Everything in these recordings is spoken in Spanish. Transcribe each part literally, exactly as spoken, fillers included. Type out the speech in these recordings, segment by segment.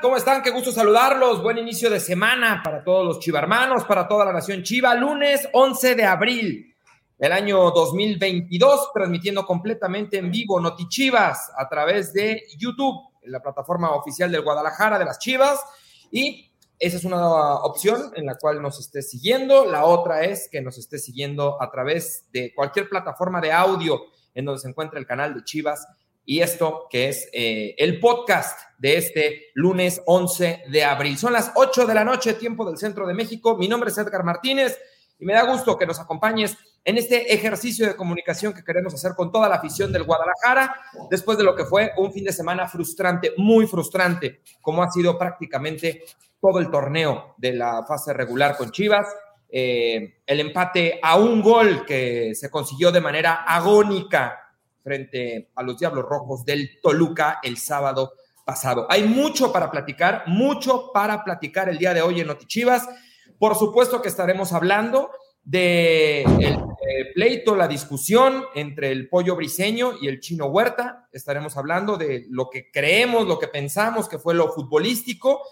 ¿Cómo están? Qué gusto saludarlos. Buen inicio de semana para todos los chivarmanos, para toda la nación chiva. Lunes once de abril del año dos mil veintidós, transmitiendo completamente en vivo NotiChivas a través de YouTube, en la plataforma oficial del Guadalajara de las Chivas. Y esa es una opción en la cual nos esté siguiendo. La otra es que nos esté siguiendo a través de cualquier plataforma de audio en donde se encuentra el canal de Chivas. Y esto que es eh, el podcast de este lunes once de abril. Son las ocho de la noche, tiempo del centro de México. Mi nombre es Edgar Martínez y me da gusto que nos acompañes en este ejercicio de comunicación que queremos hacer con toda la afición del Guadalajara después de lo que fue un fin de semana frustrante, muy frustrante, como ha sido prácticamente todo el torneo de la fase regular con Chivas. Eh, el empate a un gol que se consiguió de manera agónica frente a los Diablos Rojos del Toluca el sábado pasado. Hay mucho para platicar, mucho para platicar el día de hoy en NotiChivas. Por supuesto que estaremos hablando de el eh, pleito, la discusión entre el Pollo Briseño y el Chino Huerta. Estaremos hablando de lo que creemos, lo que pensamos que fue lo futbolístico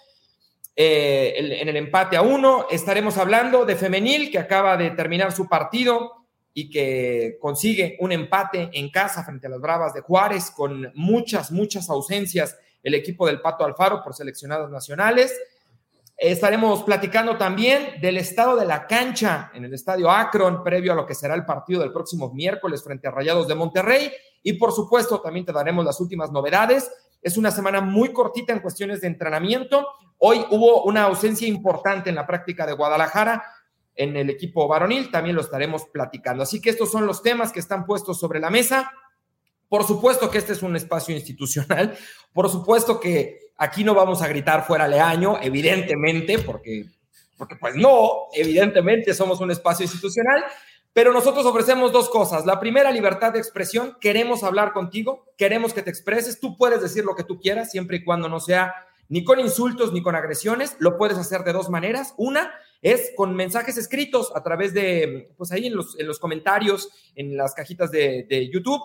eh, el, en el empate a uno. Estaremos hablando de Femenil, que acaba de terminar su partido y que consigue un empate en casa frente a las Bravas de Juárez, con muchas, muchas ausencias el equipo del Pato Alfaro por seleccionados nacionales. Estaremos platicando también del estado de la cancha en el Estadio Akron, previo a lo que será el partido del próximo miércoles frente a Rayados de Monterrey, y por supuesto también te daremos las últimas novedades. Es una semana muy cortita en cuestiones de entrenamiento. Hoy hubo una ausencia importante en la práctica de Guadalajara en el equipo varonil, también lo estaremos platicando. Así que estos son los temas que están puestos sobre la mesa. Por supuesto que este es un espacio institucional, por supuesto que aquí no vamos a gritar fuera Leaño, evidentemente, porque, porque pues no, evidentemente somos un espacio institucional, pero nosotros ofrecemos dos cosas. La primera, libertad de expresión. Queremos hablar contigo, queremos que te expreses, tú puedes decir lo que tú quieras, siempre y cuando no sea ni con insultos ni con agresiones. Lo puedes hacer de dos maneras. Una es con mensajes escritos a través de, pues ahí en los, en los comentarios, en las cajitas de, de YouTube,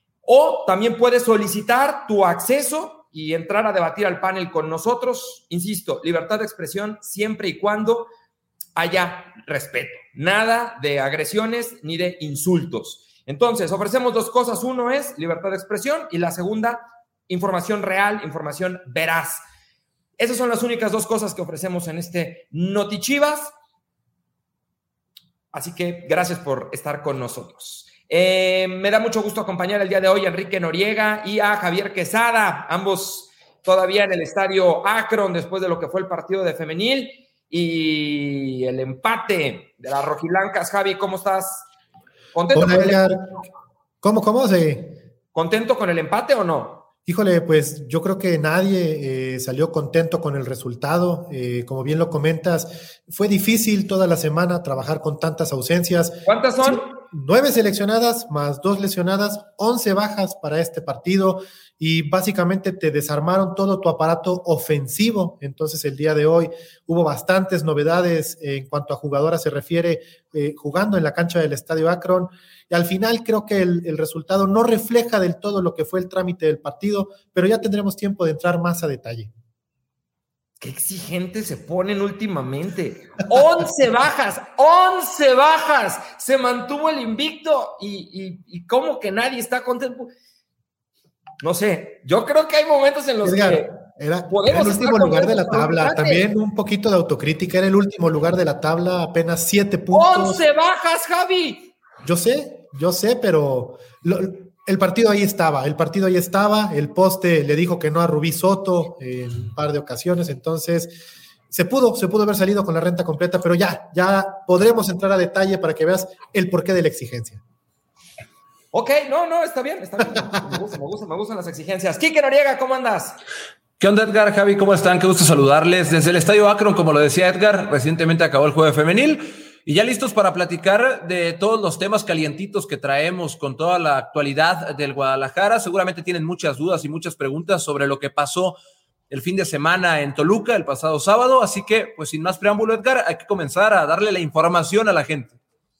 o también puedes solicitar tu acceso y entrar a debatir al panel con nosotros. Insisto, libertad de expresión siempre y cuando haya respeto. Nada de agresiones ni de insultos. Entonces, ofrecemos dos cosas. Uno es libertad de expresión y la segunda, información real, información veraz. Esas son las únicas dos cosas que ofrecemos en este NotiChivas. Así que gracias por estar con nosotros. Eh, me da mucho gusto acompañar el día de hoy a Enrique Noriega y a Javier Quesada, ambos todavía en el estadio Akron después de lo que fue el partido de Femenil y el empate de las rojiblancas. Javi, ¿cómo estás? ¿Contento Hola, con Edgar. el... ¿Cómo, cómo se...? ¿Contento con el empate o no? Híjole, pues yo creo que nadie eh, salió contento con el resultado. Eh, como bien lo comentas, fue difícil toda la semana trabajar con tantas ausencias. ¿Cuántas son? Sí, nueve seleccionadas más dos lesionadas, once bajas para este partido y básicamente te desarmaron todo tu aparato ofensivo. Entonces el día de hoy hubo bastantes novedades en cuanto a jugadoras se refiere, eh, jugando en la cancha del Estadio Akron. Y al final creo que el, el resultado no refleja del todo lo que fue el trámite del partido, pero ya tendremos tiempo de entrar más a detalle. Qué exigentes se ponen últimamente. once bajas, once bajas. Se mantuvo el invicto y, y, y cómo que nadie está contento. No sé, yo creo que hay momentos en los Edgar, que era, podemos era el último lugar de la tabla. Importante. También un poquito de autocrítica, era el último lugar de la tabla, apenas siete puntos. once bajas, Javi. Yo sé, yo sé, pero lo, el partido ahí estaba, el partido ahí estaba, el poste le dijo que no a Rubí Soto en un par de ocasiones, entonces se pudo, se pudo haber salido con la renta completa, pero ya, ya podremos entrar a detalle para que veas el porqué de la exigencia. Ok, no, no, está bien, está bien. Me gusta, me gusta, me gustan las exigencias. Quique Noriega, ¿cómo andas? ¿Qué onda, Edgar? Javi, ¿cómo están? Qué gusto saludarles. Desde el Estadio Akron, como lo decía Edgar, recientemente acabó el juego femenil y ya listos para platicar de todos los temas calientitos que traemos con toda la actualidad del Guadalajara. Seguramente tienen muchas dudas y muchas preguntas sobre lo que pasó el fin de semana en Toluca el pasado sábado, así que, pues sin más preámbulo, Edgar, hay que comenzar a darle la información a la gente.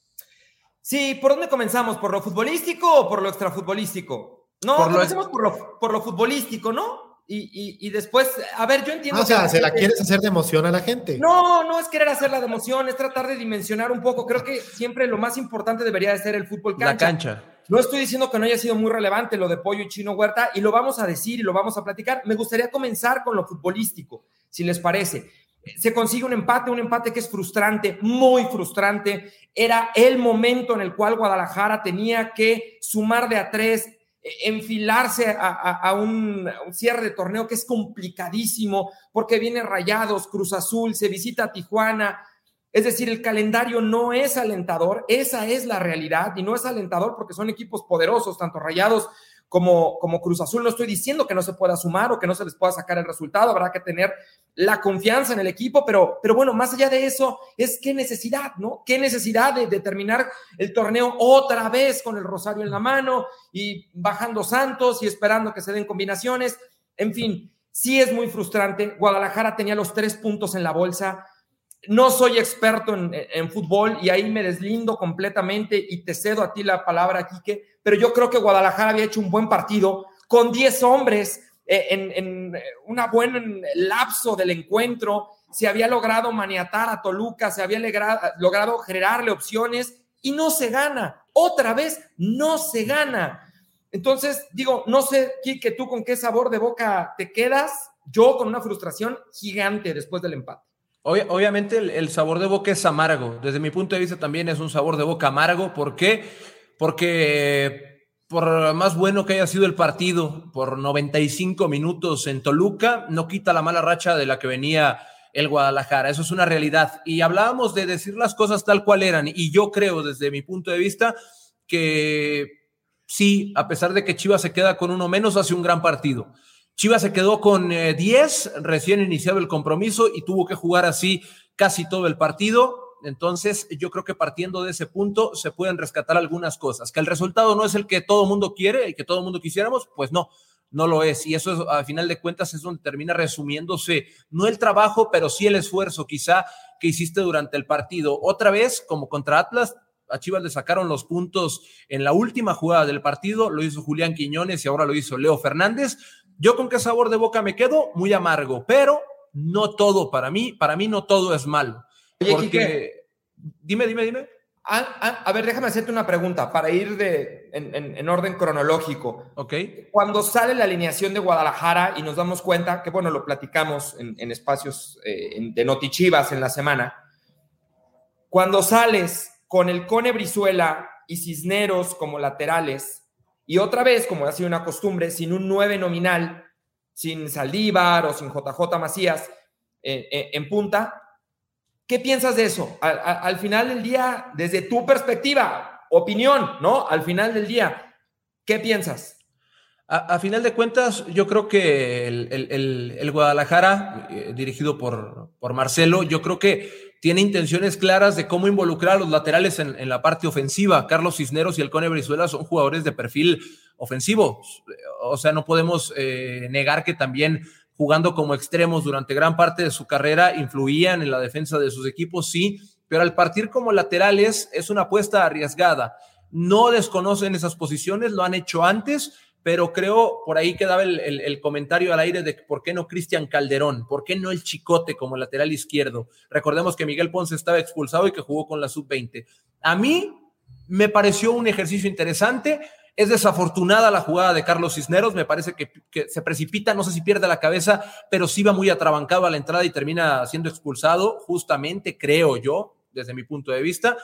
Sí, ¿por dónde comenzamos? ¿Por lo futbolístico o por lo extrafutbolístico? No, por comencemos lo... por, lo, por lo futbolístico, ¿no? Y, y, y después, a ver, yo entiendo... Ah, o sea, que se la quieres hacer de emoción a la gente. No, no es querer hacerla de emoción, es tratar de dimensionar un poco. Creo que siempre lo más importante debería de ser el fútbol cancha. La cancha. No estoy diciendo que no haya sido muy relevante lo de Pollo y Chino Huerta, y lo vamos a decir y lo vamos a platicar. Me gustaría comenzar con lo futbolístico, si les parece. Se consigue un empate, un empate que es frustrante, muy frustrante. Era el momento en el cual Guadalajara tenía que sumar de a tres, enfilarse a, a, a, un, a un cierre de torneo que es complicadísimo, porque viene Rayados, Cruz Azul, se visita a Tijuana. Es decir, el calendario no es alentador, esa es la realidad, y no es alentador porque son equipos poderosos, tanto Rayados como, como Cruz Azul. No estoy diciendo que no se pueda sumar o que no se les pueda sacar el resultado, habrá que tener la confianza en el equipo, pero, pero bueno, más allá de eso, es qué necesidad, ¿no? Qué necesidad de, de terminar el torneo otra vez con el rosario en la mano y bajando santos y esperando que se den combinaciones. En fin, sí es muy frustrante. Guadalajara tenía los tres puntos en la bolsa. No soy experto en, en fútbol y ahí me deslindo completamente y te cedo a ti la palabra, Quique, pero yo creo que Guadalajara había hecho un buen partido con diez hombres eh, en, en un buen lapso del encuentro. Se había logrado maniatar a Toluca, se había logrado, logrado generarle opciones y no se gana. Otra vez, no se gana. Entonces, digo, no sé, Quique, tú con qué sabor de boca te quedas. Yo con una frustración gigante después del empate. Obviamente el, el sabor de boca es amargo. Desde mi punto de vista también es un sabor de boca amargo. ¿Por qué? Porque por más bueno que haya sido el partido, por noventa y cinco minutos en Toluca, no quita la mala racha de la que venía el Guadalajara. Eso es una realidad. Y hablábamos de decir las cosas tal cual eran. Y yo creo, desde mi punto de vista, que sí, a pesar de que Chivas se queda con uno menos, hace un gran partido. Chivas se quedó con eh, diez, recién iniciado el compromiso y tuvo que jugar así casi todo el partido. Entonces, yo creo que partiendo de ese punto se pueden rescatar algunas cosas. Que el resultado no es el que todo el mundo quiere, el que todo el mundo quisiéramos, pues no, no lo es. Y eso, es, a final de cuentas, es donde termina resumiéndose, no el trabajo, pero sí el esfuerzo quizá que hiciste durante el partido. Otra vez, como contra Atlas, a Chivas le sacaron los puntos en la última jugada del partido, lo hizo Julián Quiñones y ahora lo hizo Leo Fernández. Yo con qué sabor de boca me quedo, muy amargo, pero no todo para mí, para mí no todo es malo. Oye, porque, Quique, dime, dime, dime. A, a, a ver, déjame hacerte una pregunta para ir de, en, en, en orden cronológico. Ok. Cuando sale la alineación de Guadalajara y nos damos cuenta, que bueno, lo platicamos en, en espacios eh, en, de Notichivas en la semana, cuando sales con el Cone Brizuela y Cisneros como laterales, y otra vez, como ha sido una costumbre, sin un nueve nominal, sin Saldívar o sin J J Macías eh, eh, en punta, ¿qué piensas de eso? Al, al final del día, desde tu perspectiva, opinión, ¿no? Al final del día, ¿qué piensas? A, a final de cuentas, yo creo que el, el, el, el Guadalajara, eh, dirigido por, por Marcelo, yo creo que tiene intenciones claras de cómo involucrar a los laterales en, en la parte ofensiva. Carlos Cisneros y el Cone Brizuela son jugadores de perfil ofensivo. O sea, no podemos eh, negar que también jugando como extremos durante gran parte de su carrera influían en la defensa de sus equipos, sí, pero al partir como laterales es una apuesta arriesgada. No desconocen esas posiciones, lo han hecho antes, pero creo, por ahí quedaba el, el, el comentario al aire de por qué no Cristian Calderón, por qué no el Chicote como lateral izquierdo. Recordemos que Miguel Ponce estaba expulsado y que jugó con la sub veinte. A mí me pareció un ejercicio interesante. Es desafortunada la jugada de Carlos Cisneros, me parece que, que se precipita, no sé si pierde la cabeza, pero sí va muy atrabancado a la entrada y termina siendo expulsado, justamente, creo yo, desde mi punto de vista.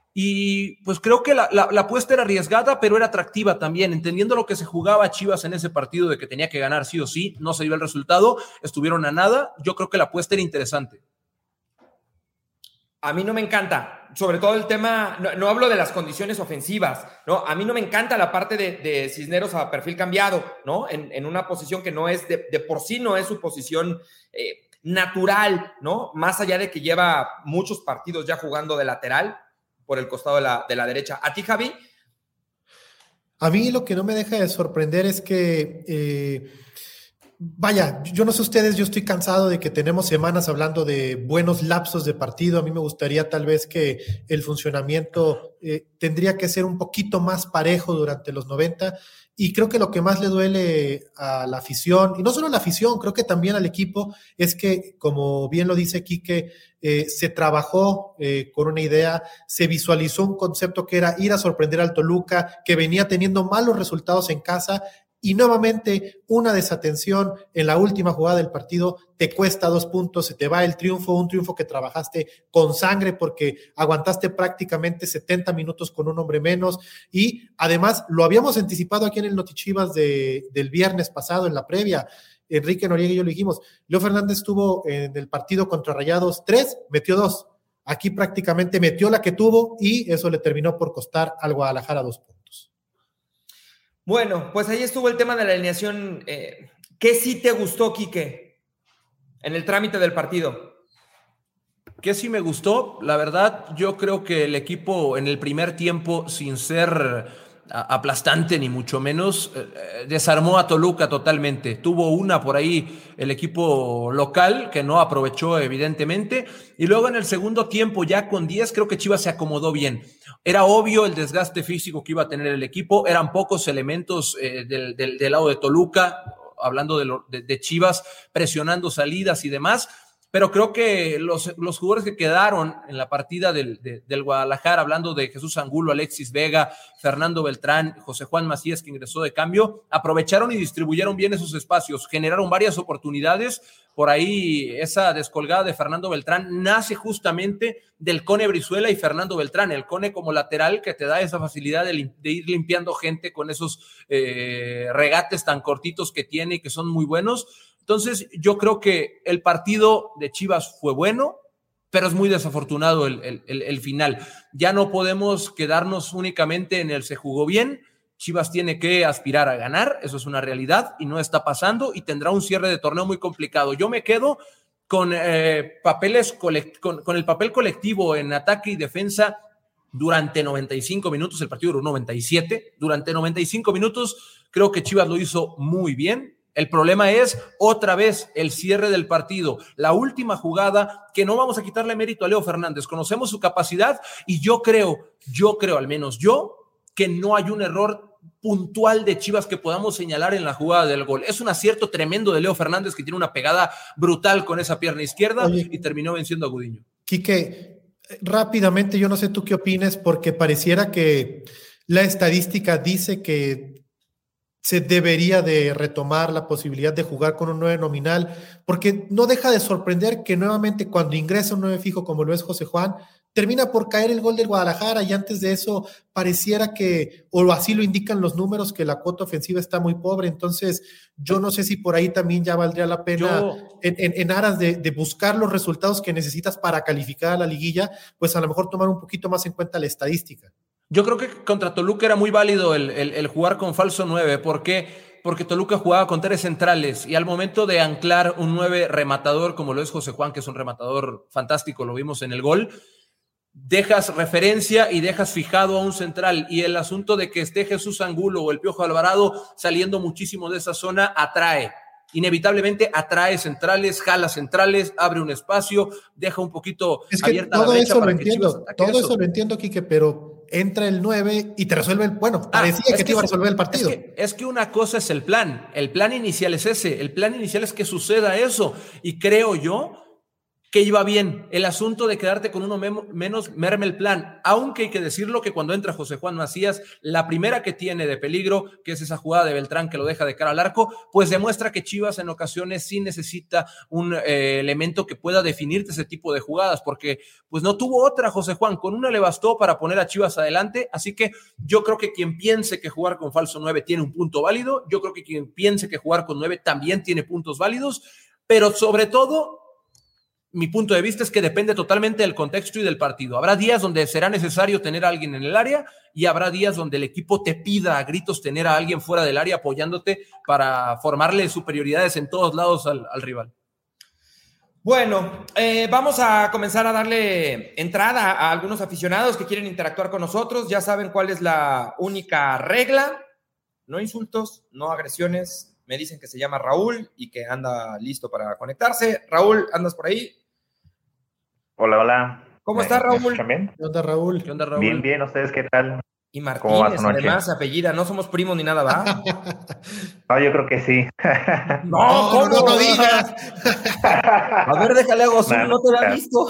Y pues creo que la, la, la apuesta era arriesgada, pero era atractiva también, entendiendo lo que se jugaba Chivas en ese partido de que tenía que ganar sí o sí, no se dio el resultado, estuvieron a nada, yo creo que la apuesta era interesante. A mí no me encanta, sobre todo el tema, no, no hablo de las condiciones ofensivas, ¿no? A mí no me encanta la parte de, de Cisneros a perfil cambiado, ¿no? En, en una posición que no es, de, de por sí no es su posición eh, natural, ¿no? Más allá de que lleva muchos partidos ya jugando de lateral por el costado de la, de la derecha. ¿A ti, Javi? A mí lo que no me deja de sorprender es que... Eh, Vaya, yo no sé ustedes, yo estoy cansado de que tenemos semanas hablando de buenos lapsos de partido. A mí me gustaría tal vez que el funcionamiento eh, tendría que ser un poquito más parejo durante los noventa, y creo que lo que más le duele a la afición, y no solo a la afición, creo que también al equipo, es que, como bien lo dice Quique, eh, se trabajó eh, con una idea, se visualizó un concepto que era ir a sorprender al Toluca, que venía teniendo malos resultados en casa, y nuevamente una desatención en la última jugada del partido te cuesta dos puntos, se te va el triunfo, un triunfo que trabajaste con sangre porque aguantaste prácticamente setenta minutos con un hombre menos, y además lo habíamos anticipado aquí en el Notichivas de, del viernes pasado en la previa. Enrique Noriega y yo lo dijimos, Leo Fernández tuvo en el partido contra Rayados tres, metió dos, aquí prácticamente metió la que tuvo y eso le terminó por costar al Guadalajara dos puntos. Bueno, pues ahí estuvo el tema de la alineación. Eh, ¿Qué sí te gustó, Quique, en el trámite del partido? ¿Qué sí me gustó? La verdad, yo creo que el equipo en el primer tiempo, sin ser aplastante ni mucho menos, eh, desarmó a Toluca totalmente. Tuvo una por ahí el equipo local que no aprovechó evidentemente, y luego en el segundo tiempo ya con diez creo que Chivas se acomodó bien. Era obvio el desgaste físico que iba a tener el equipo, eran pocos elementos eh, del, del, del lado de Toluca, hablando de, lo, de, de Chivas, presionando salidas y demás. Pero creo que los, los jugadores que quedaron en la partida del, de, del Guadalajara, hablando de Jesús Angulo, Alexis Vega, Fernando Beltrán, José Juan Macías, que ingresó de cambio, aprovecharon y distribuyeron bien esos espacios, generaron varias oportunidades. Por ahí esa descolgada de Fernando Beltrán nace justamente del Cone Brizuela y Fernando Beltrán, el Cone como lateral que te da esa facilidad de, de ir limpiando gente con esos eh, regates tan cortitos que tiene y que son muy buenos. Entonces, yo creo que el partido de Chivas fue bueno, pero es muy desafortunado el, el, el, el final. Ya no podemos quedarnos únicamente en el se jugó bien. Chivas tiene que aspirar a ganar, eso es una realidad y no está pasando, y tendrá un cierre de torneo muy complicado. Yo me quedo con, eh, papeles colect- con, con el papel colectivo en ataque y defensa durante noventa y cinco minutos. El partido duró noventa y siete. Durante noventa y cinco minutos creo que Chivas lo hizo muy bien. El problema es, otra vez, el cierre del partido, la última jugada, que no vamos a quitarle mérito a Leo Fernández, conocemos su capacidad y yo creo, yo creo, al menos yo, que no hay un error puntual de Chivas que podamos señalar en la jugada del gol. Es un acierto tremendo de Leo Fernández, que tiene una pegada brutal con esa pierna izquierda. Oye, y terminó venciendo a Gudiño. Quique, rápidamente, yo no sé tú qué opines, porque pareciera que la estadística dice que se debería de retomar la posibilidad de jugar con un nueve nominal, porque no deja de sorprender que nuevamente cuando ingresa un nueve fijo como lo es José Juan, termina por caer el gol del Guadalajara, y antes de eso pareciera que, o así lo indican los números, que la cuota ofensiva está muy pobre. Entonces yo no sé si por ahí también ya valdría la pena, yo, en, en, en aras de, de buscar los resultados que necesitas para calificar a la liguilla, pues a lo mejor tomar un poquito más en cuenta la estadística. Yo creo que contra Toluca era muy válido el, el, el jugar con falso nueve. ¿Por qué? Porque Toluca jugaba con tres centrales y al momento de anclar un nueve rematador como lo es José Juan, que es un rematador fantástico, lo vimos en el gol, dejas referencia y dejas fijado a un central, y el asunto de que esté Jesús Angulo o el Piojo Alvarado saliendo muchísimo de esa zona atrae. Inevitablemente atrae centrales, jala centrales, abre un espacio, deja un poquito es que abierta todo la brecha eso para lo que entiendo, Chivas ataque todo eso. eso lo entiendo, Quique, pero entra el nueve y te resuelve el, bueno, parecía ah, que, que te iba a resolver el partido. Es que, es que una cosa es el plan, el plan inicial es ese, el plan inicial es que suceda eso, y creo yo que iba bien. El asunto de quedarte con uno mem- menos merma el plan, aunque hay que decirlo que cuando entra José Juan Macías, la primera que tiene de peligro, que es esa jugada de Beltrán que lo deja de cara al arco, pues demuestra que Chivas en ocasiones sí necesita un eh, elemento que pueda definirte ese tipo de jugadas, porque pues no tuvo otra José Juan, con una le bastó para poner a Chivas adelante. Así que yo creo que quien piense que jugar con falso nueve tiene un punto válido, yo creo que quien piense que jugar con nueve también tiene puntos válidos, pero sobre todo mi punto de vista es que depende totalmente del contexto y del partido. Habrá días donde será necesario tener a alguien en el área y habrá días donde el equipo te pida a gritos tener a alguien fuera del área apoyándote para formarle superioridades en todos lados al, al rival. Bueno, eh, vamos a comenzar a darle entrada a algunos aficionados que quieren interactuar con nosotros. Ya saben cuál es la única regla: no insultos, no agresiones, Me dicen que se llama Raúl y que anda listo para conectarse. Raúl, ¿andas por ahí? Hola, hola. ¿Cómo estás, Raúl? ¿Bien? ¿Qué onda, Raúl? ¿Qué onda, Raúl? Bien, bien. ¿Ustedes qué tal? Y ¿Cómo va Martínez, su noche? además, apellida. No somos primos ni nada, ¿va? No, yo creo que sí. No, ¿cómo? no, no digas. A ver, déjale hago zoom, No, no te no. había visto.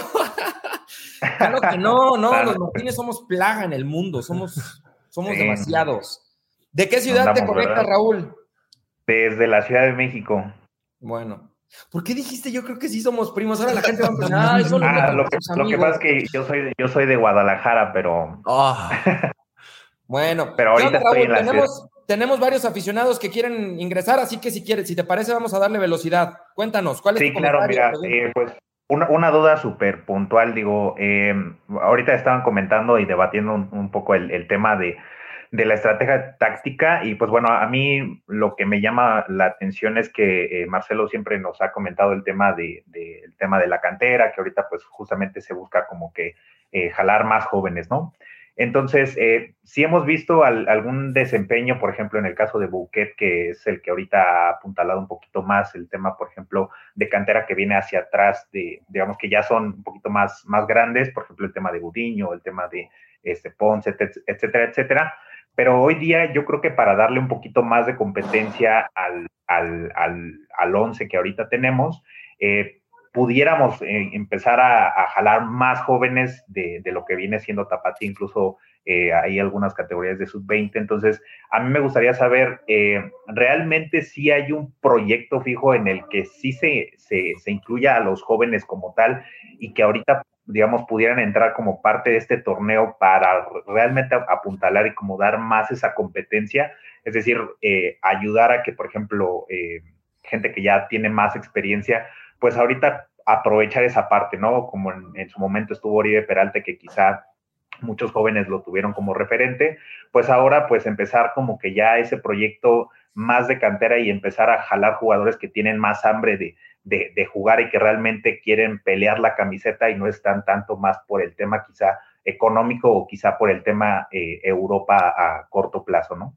Claro que no, no, No, los no. Martínez somos plaga en el mundo, somos, somos Sí. demasiados. ¿De qué ciudad te Andamos, conectas, ¿verdad? Raúl? Desde la Ciudad de México. Bueno. ¿Por qué dijiste yo creo que sí somos primos? Ahora la gente va a pensar, ay, solo Ah, con lo que, sus lo que amigos. pasa es que yo soy, yo soy de Guadalajara, pero, Ah, Bueno, pero ¿qué ahorita onda, estoy Raúl? en la Tenemos, tenemos varios aficionados que quieren ingresar, así que si quieres, si te parece, vamos a darle velocidad. Cuéntanos, ¿cuál es Sí, tu claro, comentario? mira, eh, pues una, una duda súper puntual, digo, eh, ahorita estaban comentando y debatiendo un, un poco el, el tema de, de la estrategia táctica y pues bueno, a mí lo que me llama la atención es que eh, Marcelo siempre nos ha comentado el tema de, de, el tema de la cantera, que ahorita pues justamente se busca como que eh, jalar más jóvenes, ¿no? Entonces, eh, sí hemos visto al, algún desempeño, por ejemplo, en el caso de Bouquet, que es el que ahorita ha apuntalado un poquito más el tema, por ejemplo, de cantera que viene hacia atrás, de, digamos que ya son un poquito más, más grandes, por ejemplo, el tema de Gudiño, el tema de este, Ponce, etcétera, etcétera. Pero hoy día yo creo que para darle un poquito más de competencia al, al, al, al once que ahorita tenemos, eh, pudiéramos eh, empezar a, a jalar más jóvenes de, de lo que viene siendo Tapatío, incluso eh, hay algunas categorías de sub veinte. Entonces, a mí me gustaría saber, eh, ¿realmente sí hay un proyecto fijo en el que sí se, se, se incluya a los jóvenes como tal y que ahorita, digamos, pudieran entrar como parte de este torneo para realmente apuntalar y como dar más esa competencia? Es decir, eh, ayudar a que, por ejemplo, eh, gente que ya tiene más experiencia, pues ahorita aprovechar esa parte, ¿no? Como en, en su momento estuvo Oribe Peralta, que quizá muchos jóvenes lo tuvieron como referente, pues ahora pues empezar como que ya ese proyecto más de cantera y empezar a jalar jugadores que tienen más hambre de, de, de jugar y que realmente quieren pelear la camiseta y no están tanto más por el tema quizá económico o quizá por el tema eh, Europa a corto plazo, ¿no?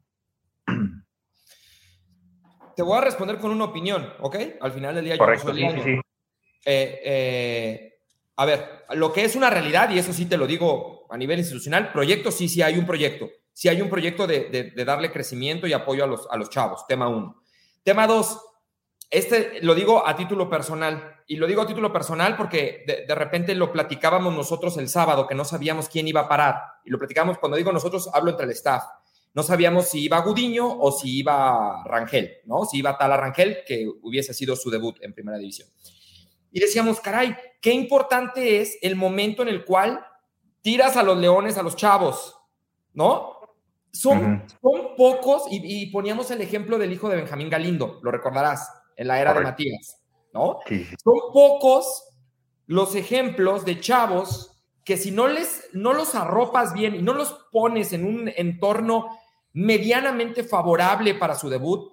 Te voy a responder con una opinión, ¿ok? Al final del día Correcto, yo no soy el sí, año. sí, sí. Eh, eh, a ver, lo que es una realidad, y eso sí te lo digo a nivel institucional, proyecto, sí, sí hay un proyecto. Sí hay un proyecto de, de, de darle crecimiento y apoyo a los, a los chavos, tema uno. Tema dos, este lo digo a título personal, y lo digo a título personal porque de, de repente lo platicábamos nosotros el sábado, que no sabíamos quién iba a parar, y lo platicábamos, cuando digo nosotros, hablo entre el staff. No sabíamos si iba Gudiño o si iba Rangel, ¿no? Si iba Tala Rangel, que hubiese sido su debut en Primera División. Y decíamos, caray, qué importante es el momento en el cual tiras a los leones, a los chavos, ¿no? Son, uh-huh. son pocos, y, y poníamos el ejemplo del hijo de Benjamín Galindo, lo recordarás, en la era Correcto. de Matías, ¿no? Sí. Son pocos los ejemplos de chavos que si no, les, no los arropas bien y no los pones en un entorno medianamente favorable para su debut,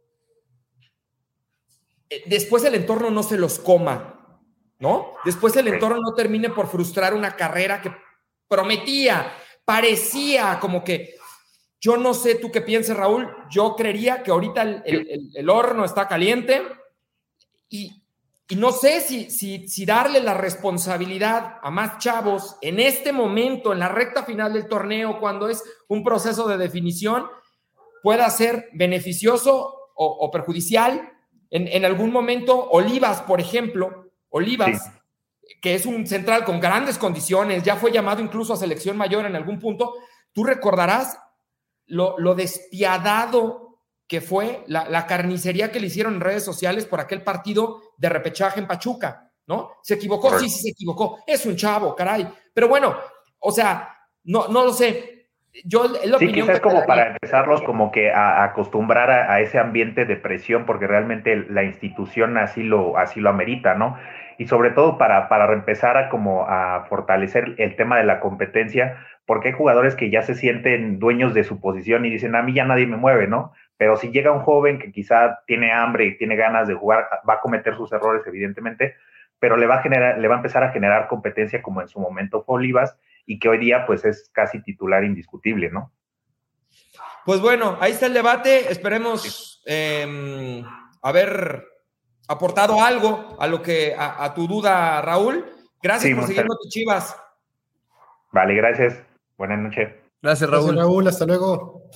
después el entorno no se los coma, ¿no? Después el entorno no termine por frustrar una carrera que prometía, parecía como que, yo no sé tú qué pienses, Raúl, yo creería que ahorita el, el, el horno está caliente y, y no sé si, si, si darle la responsabilidad a más chavos en este momento, en la recta final del torneo, cuando es un proceso de definición, pueda ser beneficioso o, o perjudicial. En, en algún momento, Olivas, por ejemplo, Olivas, sí. que es un central con grandes condiciones, ya fue llamado incluso a selección mayor en algún punto, tú recordarás lo, lo despiadado que fue la, la carnicería que le hicieron en redes sociales por aquel partido de repechaje en Pachuca, ¿no? ¿Se equivocó? Sí, sí, se equivocó. Es un chavo, caray. Pero bueno, o sea, no, no lo sé. Yo, la sí, quizás es como para empezarlos como que a, a acostumbrar a, a ese ambiente de presión, porque realmente la institución así lo, así lo amerita, ¿no? Y sobre todo para, para empezar a como a fortalecer el tema de la competencia, porque hay jugadores que ya se sienten dueños de su posición y dicen, a mí ya nadie me mueve, ¿no? Pero si llega un joven que quizá tiene hambre y tiene ganas de jugar, va a cometer sus errores, evidentemente, pero le va a generar, le va a empezar a generar competencia como en su momento fue Olivas, y que hoy día pues es casi titular indiscutible, ¿no? Pues bueno, ahí está el debate, esperemos eh, haber aportado algo a lo que a, a tu duda, Raúl. Gracias sí, por seguirnos, Chivas. Vale, gracias. Buenas noches. Gracias, Raúl. Gracias, Raúl. Hasta luego.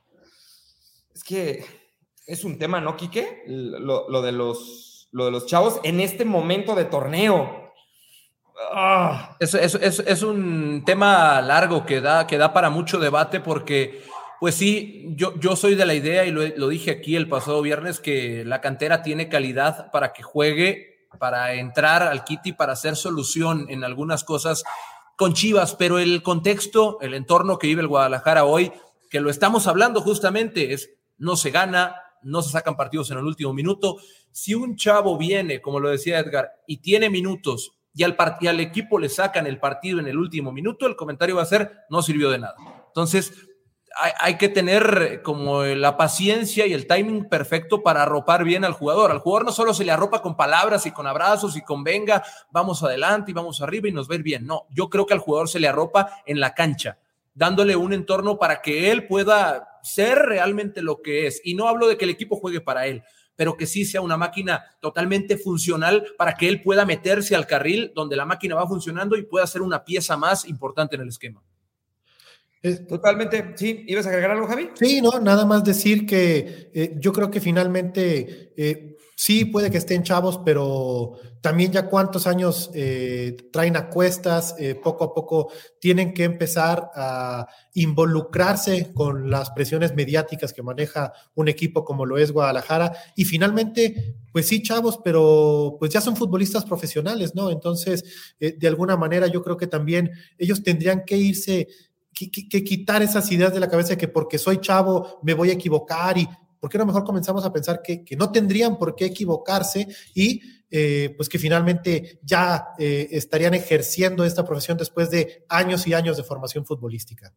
Es que es un tema, ¿no, Quique? Lo, lo, de los, lo de los chavos en este momento de torneo. Ah. Es, es, es, es un tema largo que da, que da para mucho debate porque, pues sí, yo, yo soy de la idea, y lo, lo dije aquí el pasado viernes, que la cantera tiene calidad para que juegue, para entrar al quite y para hacer solución en algunas cosas con Chivas, pero el contexto, el entorno que vive el Guadalajara hoy, que lo estamos hablando justamente, es no se gana, no se sacan partidos en el último minuto. Si un chavo viene, como lo decía Edgar, y tiene minutos, y al, part- y al equipo le sacan el partido en el último minuto, el comentario va a ser, no sirvió de nada. Entonces, hay, hay que tener como la paciencia y el timing perfecto para arropar bien al jugador. Al jugador no solo se le arropa con palabras y con abrazos y con venga, vamos adelante y vamos arriba y nos va a ir bien. No, yo creo que al jugador se le arropa en la cancha, dándole un entorno para que él pueda ser realmente lo que es. Y no hablo de que el equipo juegue para él, pero que sí sea una máquina totalmente funcional para que él pueda meterse al carril donde la máquina va funcionando y pueda ser una pieza más importante en el esquema. Totalmente, sí. ¿Ibas a agregar algo, Javi? Sí, no, nada más decir que eh, yo creo que finalmente eh, sí puede que estén chavos, pero también ya cuántos años eh, traen a cuestas, eh, poco a poco tienen que empezar a involucrarse con las presiones mediáticas que maneja un equipo como lo es Guadalajara, y finalmente, pues sí, chavos, pero pues ya son futbolistas profesionales, ¿no? Entonces, eh, de alguna manera yo creo que también ellos tendrían que irse, que, que, que quitar esas ideas de la cabeza de que porque soy chavo me voy a equivocar, y ¿por qué no mejor comenzamos a pensar que, que no tendrían por qué equivocarse y eh, pues que finalmente ya eh, estarían ejerciendo esta profesión después de años y años de formación futbolística?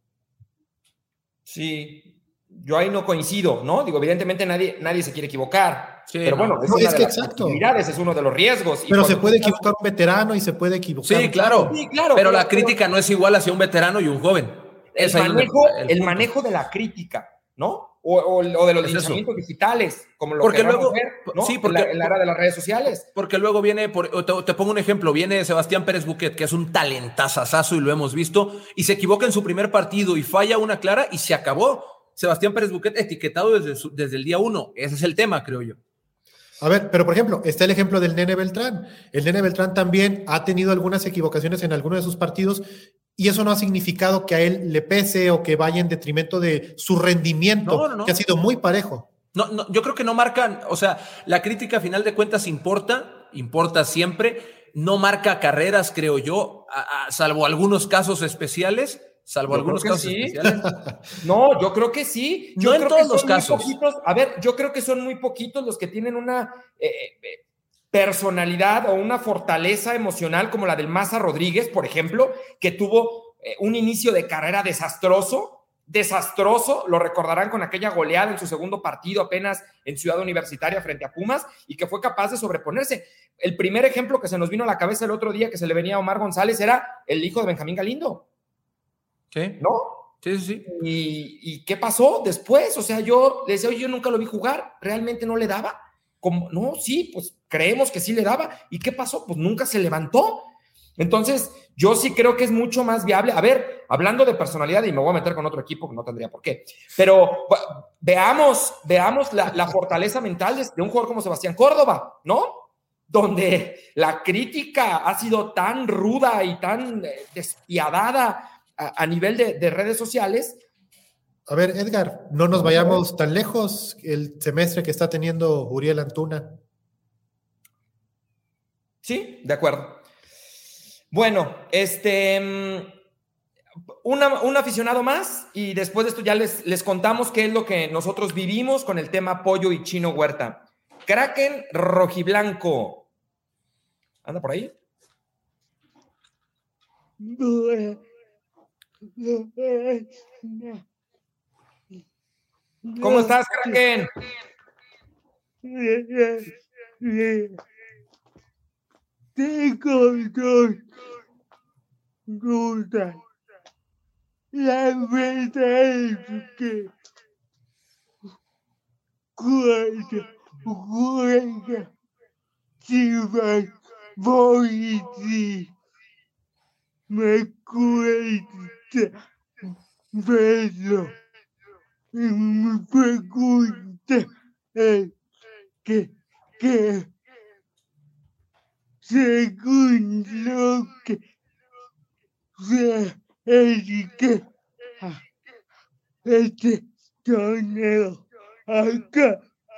Sí, yo ahí no coincido, ¿no? Digo, evidentemente nadie, nadie se quiere equivocar, sí, pero no. bueno, es, no, una es de que las exacto. posibilidades, es uno de los riesgos. Pero se puede equivocar un veterano y se puede equivocar. Sí, claro, sí, claro pero, pero la crítica pero, no es igual hacia un veterano y un joven. El es manejo, el, el manejo de la crítica, ¿no? O, o, o de los es linchamientos eso. digitales, como lo porque luego, ver, ¿no? Sí, porque, en, la, en la era de las redes sociales. Porque luego viene, por, te, te pongo un ejemplo, viene Sebastián Pérez Buquet, que es un talentazazazo y lo hemos visto, y se equivoca en su primer partido y falla una clara y se acabó. Sebastián Pérez Buquet etiquetado desde, su, desde el día uno. Ese es el tema, creo yo. A ver, pero por ejemplo, está el ejemplo del Nene Beltrán. El Nene Beltrán también ha tenido algunas equivocaciones en algunos de sus partidos, y eso no ha significado que a él le pese o que vaya en detrimento de su rendimiento, no, no, no. que ha sido muy parejo. No, no, yo creo que no marcan, o sea, la crítica a final de cuentas importa, importa siempre, no marca carreras, creo yo, a, a, salvo algunos casos especiales, salvo yo algunos casos sí. especiales. No, yo creo que sí. Yo no creo en todos que son los casos. Muy poquitos, a ver, yo creo que son muy poquitos los que tienen una eh, eh, personalidad o una fortaleza emocional como la del Maza Rodríguez, por ejemplo, que tuvo eh, un inicio de carrera desastroso, desastroso, lo recordarán con aquella goleada en su segundo partido apenas en Ciudad Universitaria frente a Pumas, y que fue capaz de sobreponerse. El primer ejemplo que se nos vino a la cabeza el otro día que se le venía a Omar González era el hijo de Benjamín Galindo. ¿Sí? ¿No? Sí, sí, sí. ¿Y, ¿Y qué pasó después? O sea, yo le decía, oye, yo nunca lo vi jugar, ¿realmente no le daba? Como, no, sí, pues creemos que sí le daba. ¿Y qué pasó? Pues nunca se levantó. Entonces, yo sí creo que es mucho más viable. A ver, hablando de personalidad, y me voy a meter con otro equipo que no tendría por qué, pero veamos, veamos la, la fortaleza mental de, de un jugador como Sebastián Córdoba, ¿no? Donde la crítica ha sido tan ruda y tan despiadada a, a nivel de, de redes sociales. A ver, Edgar, no nos vayamos tan lejos, el semestre que está teniendo Uriel Antuna. Sí, de acuerdo. Bueno, este, una, un aficionado más, y después de esto ya les, les contamos qué es lo que nosotros vivimos con el tema Pollo y Chino Huerta. Kraken rojiblanco. ¿Anda por ahí? ¿Cómo estás, Kraken? Tengo dos dudas. La verdad es que cuando juega Chivas Boiti, me cuesta verlo. Y mi pregunta es que, que según lo que se dedica a este torneo acá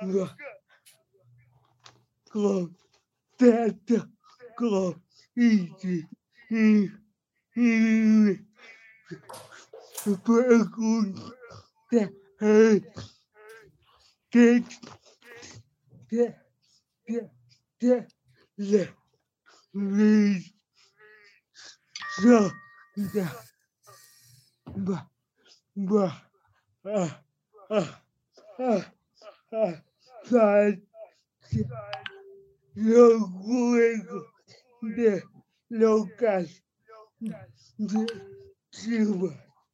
con tanto con y y y pregunta es que que que que la lista va va a a a a a los juegos de local de Chivas.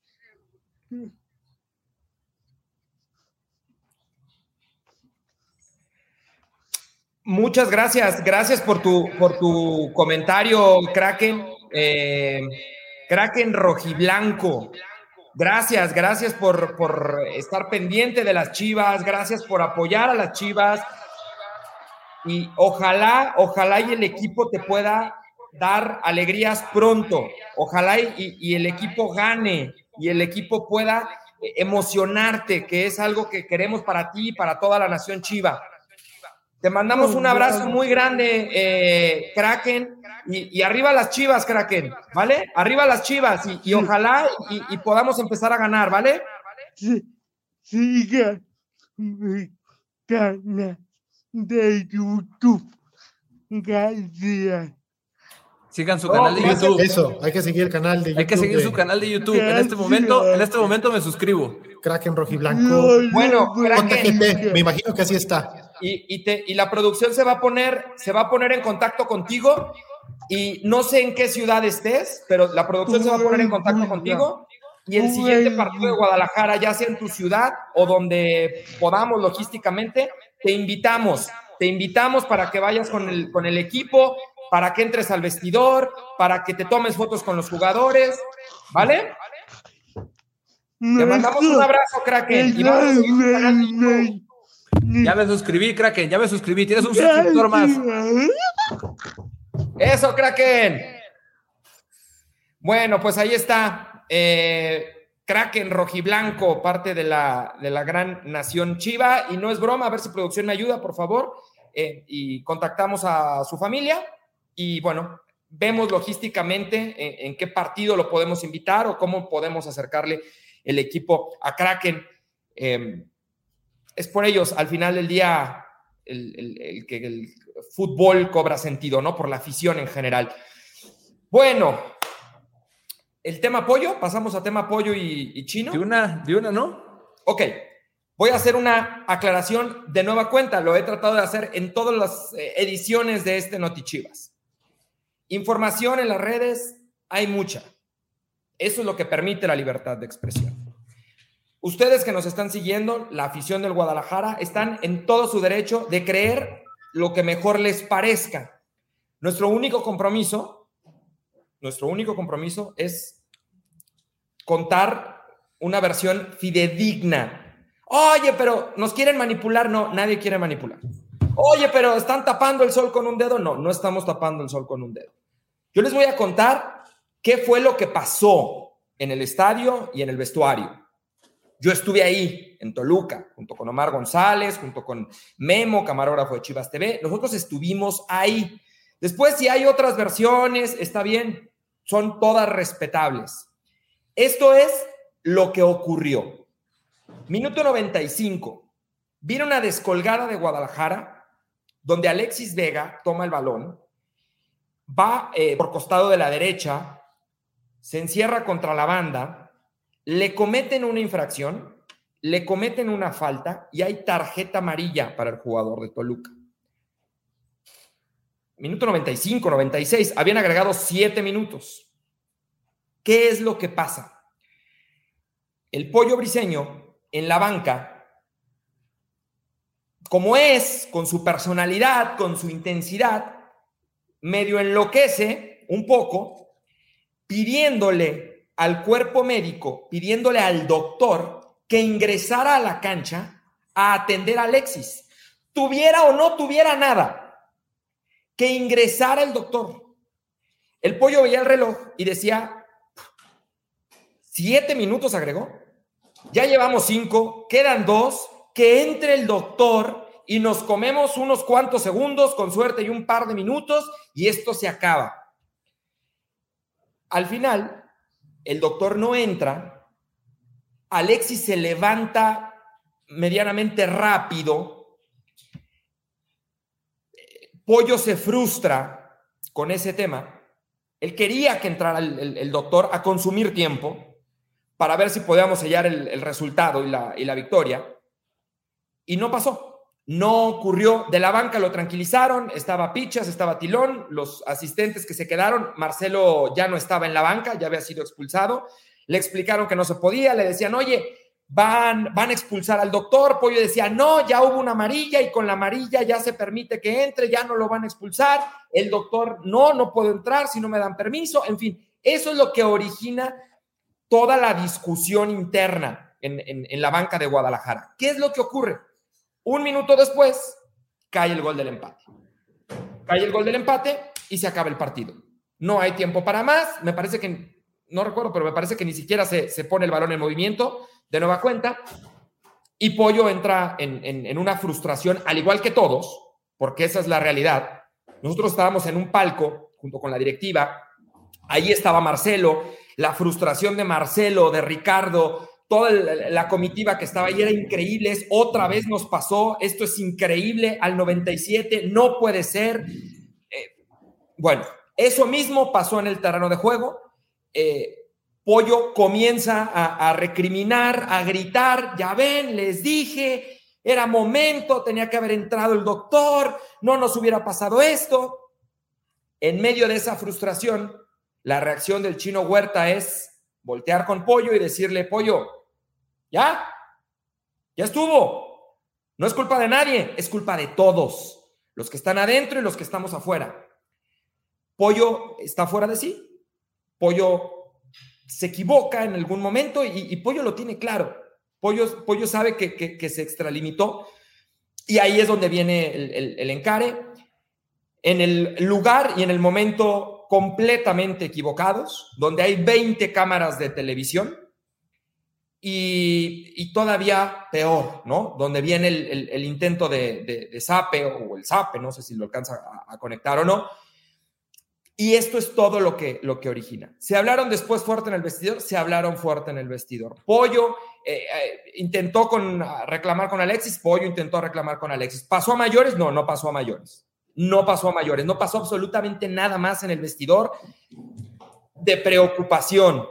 Muchas gracias, gracias por tu, por tu comentario, Kraken, eh, Kraken rojiblanco. Gracias, gracias por, por estar pendiente de las Chivas, gracias por apoyar a las Chivas y ojalá, ojalá y el equipo te pueda dar alegrías pronto, ojalá y, y el equipo gane y el equipo pueda emocionarte, que es algo que queremos para ti y para toda la nación Chiva. Te mandamos un abrazo muy grande, eh, Kraken, y, y arriba las Chivas, Kraken, ¿vale? Arriba las Chivas, y, y ojalá y, y podamos empezar a ganar, ¿vale? Sí, siga mi canal de YouTube. Gracias. Sigan su No, canal de gracias. YouTube. Eso, hay que seguir el canal de YouTube. Hay que seguir de su canal de YouTube. En este momento, en este momento me suscribo. Kraken Rojiblanco. Bueno, J Kraken, G T, me imagino que así está. y, y, te, y la producción se va a poner, se va a poner en contacto contigo, y no sé en qué ciudad estés, pero la producción se va a poner en contacto contigo, y el siguiente partido de Guadalajara, ya sea en tu ciudad o donde podamos logísticamente, te invitamos, te invitamos para que vayas con el, con el equipo, para que entres al vestidor, para que te tomes fotos con los jugadores, ¿vale? Te mandamos un abrazo, Kraken, y vamos a seguir tu canal de YouTube. Ya me suscribí, Kraken, ya me suscribí. Tienes un suscriptor más. Eso, Kraken. Bueno, pues ahí está. Eh, Kraken rojiblanco, parte de la, de la gran nación Chiva. Y no es broma, a ver si producción me ayuda, por favor. Eh, y contactamos a su familia. Y bueno, vemos logísticamente en, en qué partido lo podemos invitar o cómo podemos acercarle el equipo a Kraken. Eh, es por ellos, al final del día, el, el, el que el fútbol cobra sentido, ¿no? Por la afición en general. Bueno, el tema pollo, pasamos a tema pollo y, y chino. De una, de una, ¿no? Ok, voy a hacer una aclaración de nueva cuenta. Lo he tratado de hacer en todas las ediciones de este Notichivas. Información en las redes hay mucha. Eso es lo que permite la libertad de expresión. Ustedes que nos están siguiendo, la afición del Guadalajara, están en todo su derecho de creer lo que mejor les parezca. Nuestro único compromiso, nuestro único compromiso es contar una versión fidedigna. Oye, pero nos quieren manipular. No, nadie quiere manipular. Oye, pero están tapando el sol con un dedo. No, no estamos tapando el sol con un dedo. Yo les voy a contar qué fue lo que pasó en el estadio y en el vestuario. Yo estuve ahí, en Toluca, junto con Omar González, junto con Memo, camarógrafo de Chivas T V. Nosotros estuvimos ahí. Después, si hay otras versiones, está bien. Son todas respetables. Esto es lo que ocurrió. Minuto noventa y cinco. Viene una descolgada de Guadalajara, donde Alexis Vega toma el balón, va eh, por costado de la derecha, se encierra contra la banda, le cometen una infracción, le cometen una falta y hay tarjeta amarilla para el jugador de Toluca. Minuto noventa y cinco, noventa y seis, habían agregado siete minutos. ¿Qué es lo que pasa? El Pollo Briseño en la banca como es, con su personalidad, con su intensidad, medio enloquece un poco, pidiéndole al cuerpo médico, pidiéndole al doctor que ingresara a la cancha a atender a Alexis. Tuviera o no tuviera nada, que ingresara el doctor. El Pollo veía el reloj y decía, siete minutos agregó, ya llevamos cinco, quedan dos, que entre el doctor y nos comemos unos cuantos segundos, con suerte y un par de minutos, y esto se acaba. Al final, el doctor no entra, Alexis se levanta medianamente rápido, Pollo se frustra con ese tema. Él quería que entrara el, el, el doctor a consumir tiempo para ver si podíamos sellar el, el resultado y la, y la victoria. Y no pasó. No ocurrió. De la banca lo tranquilizaron. Estaba Pichas, estaba Tilón, los asistentes que se quedaron. Marcelo ya no estaba en la banca, ya había sido expulsado. Le explicaron que no se podía. Le decían, oye, van, van a expulsar al doctor. Pollo decía, no, ya hubo una amarilla y con la amarilla ya se permite que entre, ya no lo van a expulsar. El doctor, no, no puedo entrar si no me dan permiso. En fin, eso es lo que origina toda la discusión interna en, en, en la banca de Guadalajara. ¿Qué es lo que ocurre? Un minuto después, cae el gol del empate. Cae el gol del empate y se acaba el partido. No hay tiempo para más. Me parece que, no recuerdo, pero me parece que ni siquiera se, se pone el balón en movimiento de nueva cuenta. Y Pollo entra en, en, en una frustración, al igual que todos, porque esa es la realidad. Nosotros estábamos en un palco junto con la directiva. Ahí estaba Marcelo. La frustración de Marcelo, de Ricardo, toda la comitiva que estaba ahí era increíble. Es, otra vez nos pasó, esto es increíble, al noventa y siete, no puede ser. Eh, bueno, eso mismo pasó en el terreno de juego. Eh, Pollo comienza a, a recriminar, a gritar, ya ven, les dije, era momento, tenía que haber entrado el doctor, no nos hubiera pasado esto. En medio de esa frustración, la reacción del Chino Huerta es voltear con Pollo y decirle, Pollo, ¿ya? Ya estuvo. No es culpa de nadie, es culpa de todos, los que están adentro y los que estamos afuera. Pollo está fuera de sí. Pollo se equivoca en algún momento y, y Pollo lo tiene claro. Pollo, Pollo sabe que, que, que se extralimitó y ahí es donde viene el, el, el encare. En el lugar y en el momento completamente equivocados, donde hay veinte cámaras de televisión y, y todavía peor, ¿no? Donde viene el, el, el intento de, de, de zape o el zape, no sé si lo alcanza a, a conectar o no. Y esto es todo lo que, lo que origina. ¿Se hablaron después fuerte en el vestidor? Se hablaron fuerte en el vestidor. Pollo eh, eh, intentó con, reclamar con Alexis, Pollo intentó reclamar con Alexis. ¿Pasó a mayores? No, no pasó a mayores. No pasó a mayores, no pasó absolutamente nada más en el vestidor de preocupación.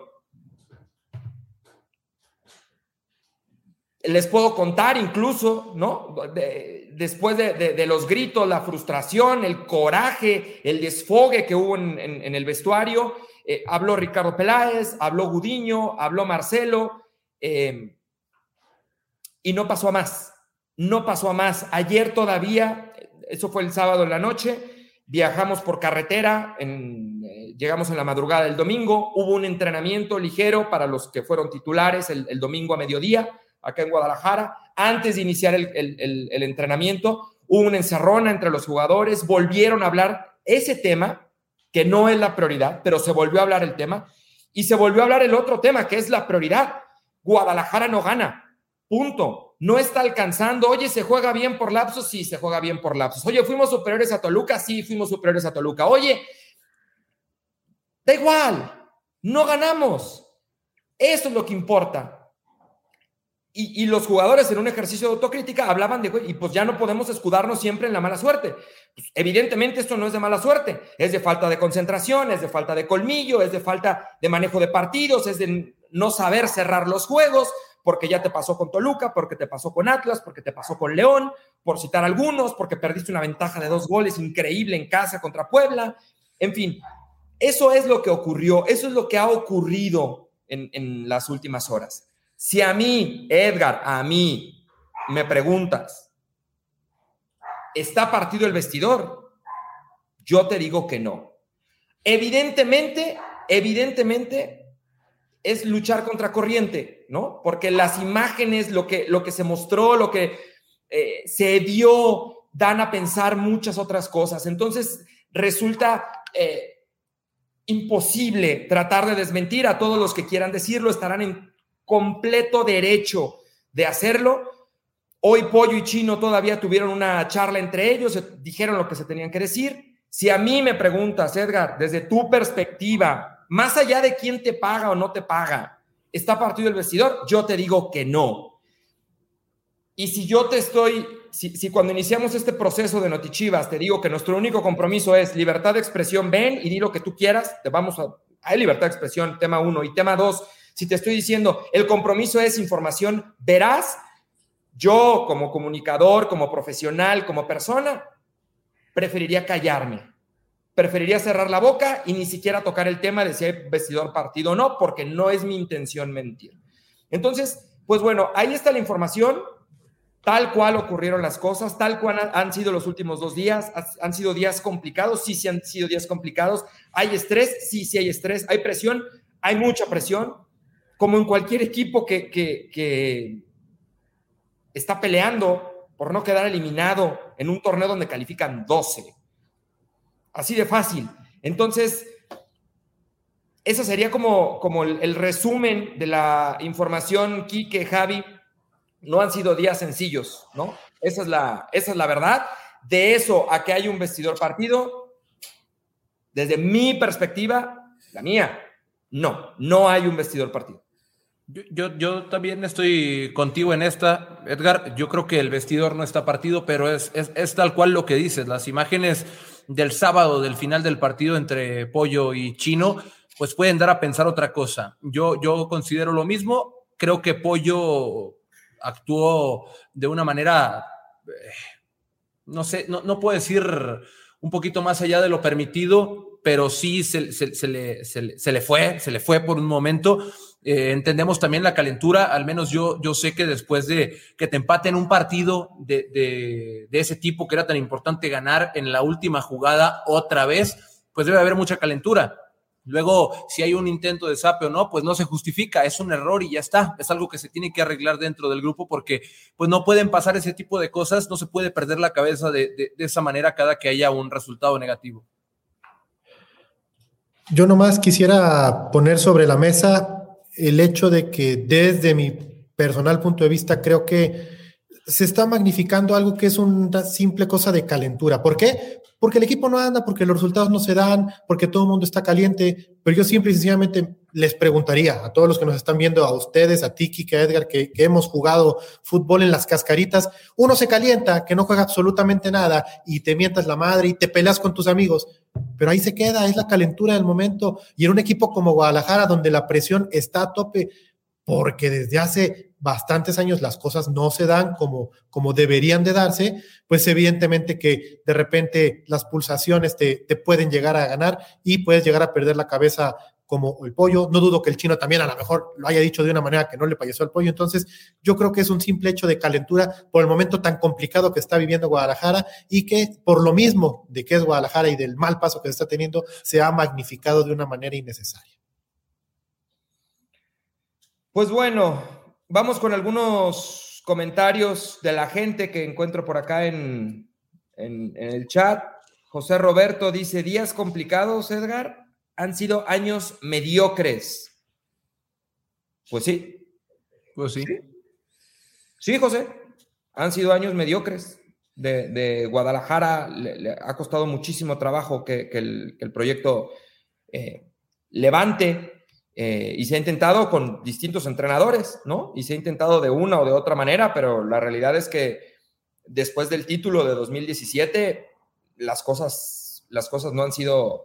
Les puedo contar incluso, ¿no? De, después de, de, de los gritos, la frustración, el coraje, el desfogue que hubo en, en, en el vestuario, eh, habló Ricardo Peláez, habló Gudiño, habló Marcelo, eh, y no pasó a más, no pasó a más. Ayer todavía, eso fue el sábado en la noche, viajamos por carretera, en, eh, llegamos en la madrugada del domingo, hubo un entrenamiento ligero para los que fueron titulares el, el domingo a mediodía, acá en Guadalajara. Antes de iniciar el, el, el, el entrenamiento, hubo una encerrona entre los jugadores, volvieron a hablar ese tema, que no es la prioridad, pero se volvió a hablar el tema, y se volvió a hablar el otro tema, que es la prioridad. Guadalajara no gana, punto. No está alcanzando. Oye, ¿se juega bien por lapsos? Sí, se juega bien por lapsos. Oye, ¿fuimos superiores a Toluca? Sí, fuimos superiores a Toluca. Oye, da igual, no ganamos. Eso es lo que importa. Y, y los jugadores en un ejercicio de autocrítica hablaban de, güey, y pues ya no podemos escudarnos siempre en la mala suerte. Pues evidentemente esto no es de mala suerte, es de falta de concentración, es de falta de colmillo, es de falta de manejo de partidos, es de no saber cerrar los juegos, porque ya te pasó con Toluca, porque te pasó con Atlas, porque te pasó con León, por citar algunos, porque perdiste una ventaja de dos goles increíble en casa contra Puebla. En fin, eso es lo que ocurrió, eso es lo que ha ocurrido en, en las últimas horas. Si a mí, Edgar, a mí, me preguntas, ¿está partido el vestidor? Yo te digo que no. Evidentemente, evidentemente es luchar contra corriente, ¿no? Porque las imágenes, lo que, lo que se mostró, lo que eh, se vio, dan a pensar muchas otras cosas. Entonces, resulta eh, imposible tratar de desmentir. A todos los que quieran decirlo estarán en completo derecho de hacerlo. Hoy Pollo y Chino todavía tuvieron una charla entre ellos, dijeron lo que se tenían que decir. Si a mí me preguntas, Edgar, desde tu perspectiva, más allá de quién te paga o no te paga, ¿está partido el vestidor? Yo te digo que no. Y si yo te estoy, si, si cuando iniciamos este proceso de Notichivas te digo que nuestro único compromiso es libertad de expresión, ven y di lo que tú quieras, te vamos a... Hay libertad de expresión, tema uno. Y tema dos, si te estoy diciendo, el compromiso es información veraz, yo como comunicador, como profesional, como persona, preferiría callarme. Preferiría cerrar la boca y ni siquiera tocar el tema de si hay vestidor partido o no, porque no es mi intención mentir. Entonces, pues bueno, ahí está la información, tal cual ocurrieron las cosas, tal cual han sido los últimos dos días, han sido días complicados, sí, sí han sido días complicados, hay estrés, sí, sí hay estrés, hay presión, hay mucha presión, como en cualquier equipo que, que, que está peleando por no quedar eliminado en un torneo donde califican doce. Así de fácil. Entonces, eso sería como, como el, el resumen de la información, Quique, Javi. No han sido días sencillos, ¿no? Esa es la, esa es la verdad. De eso a que hay un vestidor partido, desde mi perspectiva, la mía, no, no hay un vestidor partido. Yo, yo, yo también estoy contigo en esta, Edgar. Yo creo que el vestidor no está partido, pero es, es, es tal cual lo que dices. Las imágenes del sábado, del final del partido entre Pollo y Chino, pues pueden dar a pensar otra cosa. Yo, yo considero lo mismo. Creo que Pollo actuó de una manera, eh, no sé, no, no puedo decir un poquito más allá de lo permitido, pero sí se, se, se, le, se, le, se le fue, se le fue por un momento. Eh, entendemos también la calentura, al menos yo, yo sé que después de que te empaten un partido de, de, de ese tipo que era tan importante ganar en la última jugada otra vez, pues debe haber mucha calentura. Luego, si hay un intento de zape o no, pues no se justifica, es un error y ya está, es algo que se tiene que arreglar dentro del grupo porque pues no pueden pasar ese tipo de cosas, no se puede perder la cabeza de, de, de esa manera cada que haya un resultado negativo. Yo nomás quisiera poner sobre la mesa el hecho de que desde mi personal punto de vista creo que se está magnificando algo que es una simple cosa de calentura. ¿Por qué? Porque el equipo no anda, porque los resultados no se dan, porque todo el mundo está caliente, pero yo simple y sencillamente les preguntaría a todos los que nos están viendo, a ustedes, a Tiki, a Edgar, que, que hemos jugado fútbol en las cascaritas, uno se calienta, que no juega absolutamente nada y te mientas la madre y te peleas con tus amigos, pero ahí se queda, es la calentura del momento. Y en un equipo como Guadalajara, donde la presión está a tope, porque desde hace bastantes años las cosas no se dan como, como deberían de darse, pues evidentemente que de repente las pulsaciones te, te pueden llegar a ganar y puedes llegar a perder la cabeza como el Pollo. No dudo que el Chino también a lo mejor lo haya dicho de una manera que no le pareció al Pollo. Entonces yo creo que es un simple hecho de calentura por el momento tan complicado que está viviendo Guadalajara y que por lo mismo de que es Guadalajara y del mal paso que se está teniendo, se ha magnificado de una manera innecesaria. Pues bueno, vamos con algunos comentarios de la gente que encuentro por acá en, en, en el chat. José Roberto dice, días complicados, Edgar, han sido años mediocres. Pues sí. Pues sí. Sí, sí José, han sido años mediocres. De, de Guadalajara le, le ha costado muchísimo trabajo que, que, el, que el proyecto eh, levante. Eh, y se ha intentado con distintos entrenadores, ¿no? Y se ha intentado de una o de otra manera, pero la realidad es que después del título de dos mil diecisiete, las cosas, las cosas no han sido,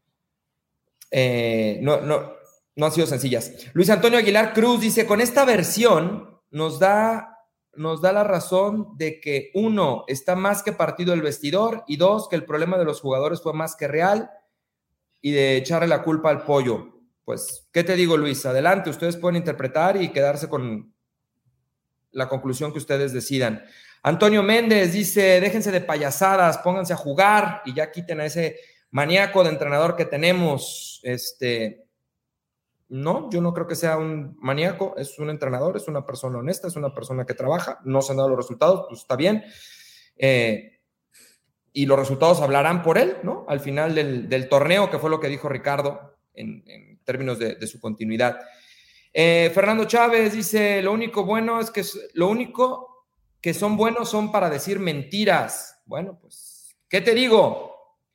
eh, no, no, no han sido sencillas. Luis Antonio Aguilar Cruz dice, con esta versión nos da, nos da la razón de que uno, está más que partido el vestidor, y dos, que el problema de los jugadores fue más que real, y de echarle la culpa al Pollo. Pues, ¿qué te digo, Luis? Adelante, ustedes pueden interpretar y quedarse con la conclusión que ustedes decidan. Antonio Méndez dice, déjense de payasadas, pónganse a jugar y ya quiten a ese maníaco de entrenador que tenemos. Este, no, yo no creo que sea un maníaco, es un entrenador, es una persona honesta, es una persona que trabaja, no se han dado los resultados, pues está bien. Eh, y los resultados hablarán por él, ¿no? Al final del, del torneo, que fue lo que dijo Ricardo en, en términos de, de su continuidad. Eh, Fernando Chávez dice, lo único bueno es que lo único que son buenos son para decir mentiras. Bueno, pues, ¿qué te digo?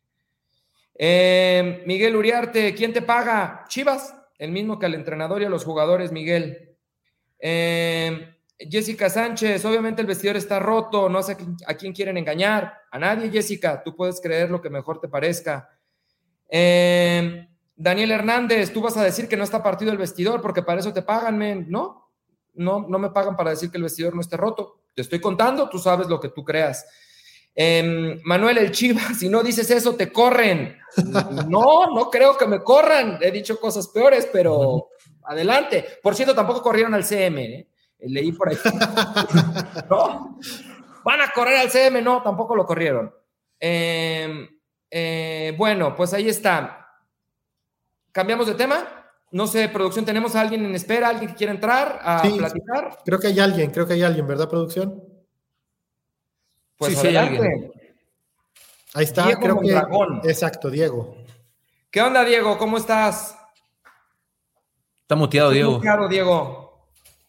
Eh, Miguel Uriarte, ¿quién te paga? Chivas, el mismo que al entrenador y a los jugadores, Miguel. Eh, Jessica Sánchez, obviamente el vestidor está roto, no sé a quién, a quién quieren engañar. A nadie, Jessica, tú puedes creer lo que mejor te parezca. Eh, Daniel Hernández, tú vas a decir que no está partido el vestidor porque para eso te pagan, men. No, no, no me pagan para decir que el vestidor no esté roto. Te estoy contando, tú sabes lo que tú creas. Eh, Manuel el Chivas, si no dices eso, te corren. No, no creo que me corran. He dicho cosas peores, pero adelante. Por cierto, tampoco corrieron al C M, ¿eh? Leí por ahí. No, van a correr al C M, no, tampoco lo corrieron. Eh, eh, bueno, pues ahí está. ¿Cambiamos de tema? No sé, producción, ¿tenemos a alguien en espera? ¿Alguien que quiera entrar a sí, platicar? Creo que hay alguien, creo que hay alguien, ¿verdad, producción? Pues sí, sí, adelante. hay alguien. Ahí está, Diego creo Mondragón. que... Exacto, Diego. ¿Qué onda, Diego? ¿Cómo estás? Está muteado, Está Diego. muteado, Diego.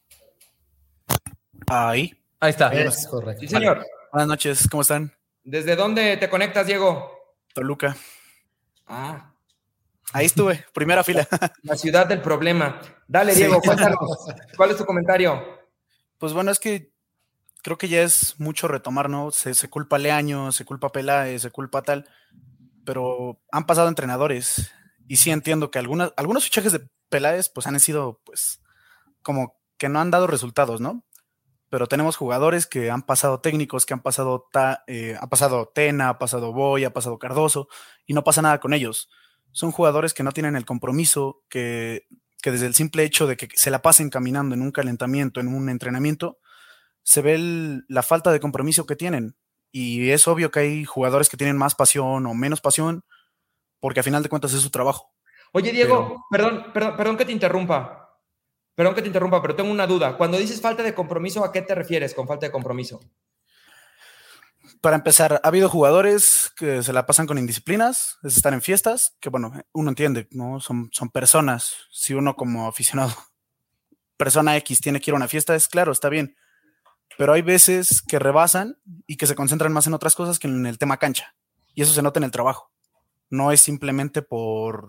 Ahí. Ahí está. Es correcto. Sí, señor. Vale. Buenas noches, ¿cómo están? ¿Desde dónde te conectas, Diego? Toluca. Ah. Ahí estuve, primera fila. La ciudad del problema. Dale, Diego, sí. Cuéntanos. ¿Cuál es tu comentario? Pues bueno, es que creo que ya es mucho retomar, ¿no? Se, se culpa a Leaño, se culpa a Peláez, se culpa a tal, pero han pasado entrenadores y sí entiendo que algunas, algunos fichajes de Peláez pues han sido pues como que no han dado resultados, ¿no? Pero tenemos jugadores que han pasado técnicos, que han pasado, ta, eh, ha pasado Tena, ha pasado Boy, ha pasado Cardoso y no pasa nada con ellos. Son jugadores que no tienen el compromiso, que, que desde el simple hecho de que se la pasen caminando en un calentamiento, en un entrenamiento, se ve el, la falta de compromiso que tienen. Y es obvio que hay jugadores que tienen más pasión o menos pasión, porque a final de cuentas es su trabajo. Oye, Diego, pero... perdón, perdón, perdón que te interrumpa. Perdón que te interrumpa, pero tengo una duda. Cuando dices falta de compromiso, ¿a qué te refieres con falta de compromiso? Para empezar, ha habido jugadores que se la pasan con indisciplinas, es estar en fiestas, que bueno, uno entiende, ¿no? Son, son personas. Si uno como aficionado, persona X, tiene que ir a una fiesta, es claro, está bien. Pero hay veces que rebasan y que se concentran más en otras cosas que en el tema cancha. Y eso se nota en el trabajo. No es simplemente por,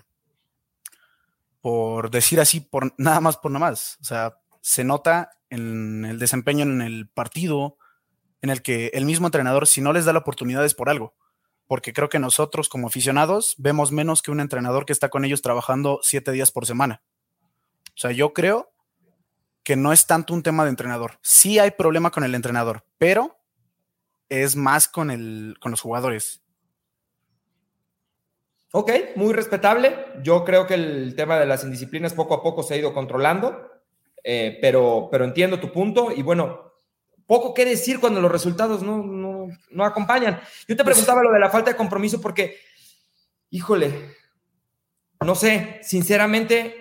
por decir así, por nada más por nada más. O sea, se nota en el desempeño en el partido, en el que el mismo entrenador, si no les da la oportunidad es por algo, porque creo que nosotros como aficionados vemos menos que un entrenador que está con ellos trabajando siete días por semana. O sea, yo creo que no es tanto un tema de entrenador. Sí hay problema con el entrenador, pero es más con, el, con los jugadores. Ok, muy respetable. Yo creo que el tema de las indisciplinas poco a poco se ha ido controlando, eh, pero, pero entiendo tu punto y bueno, poco que decir cuando los resultados no, no, no acompañan. Yo te preguntaba lo de la falta de compromiso porque, híjole, no sé, sinceramente,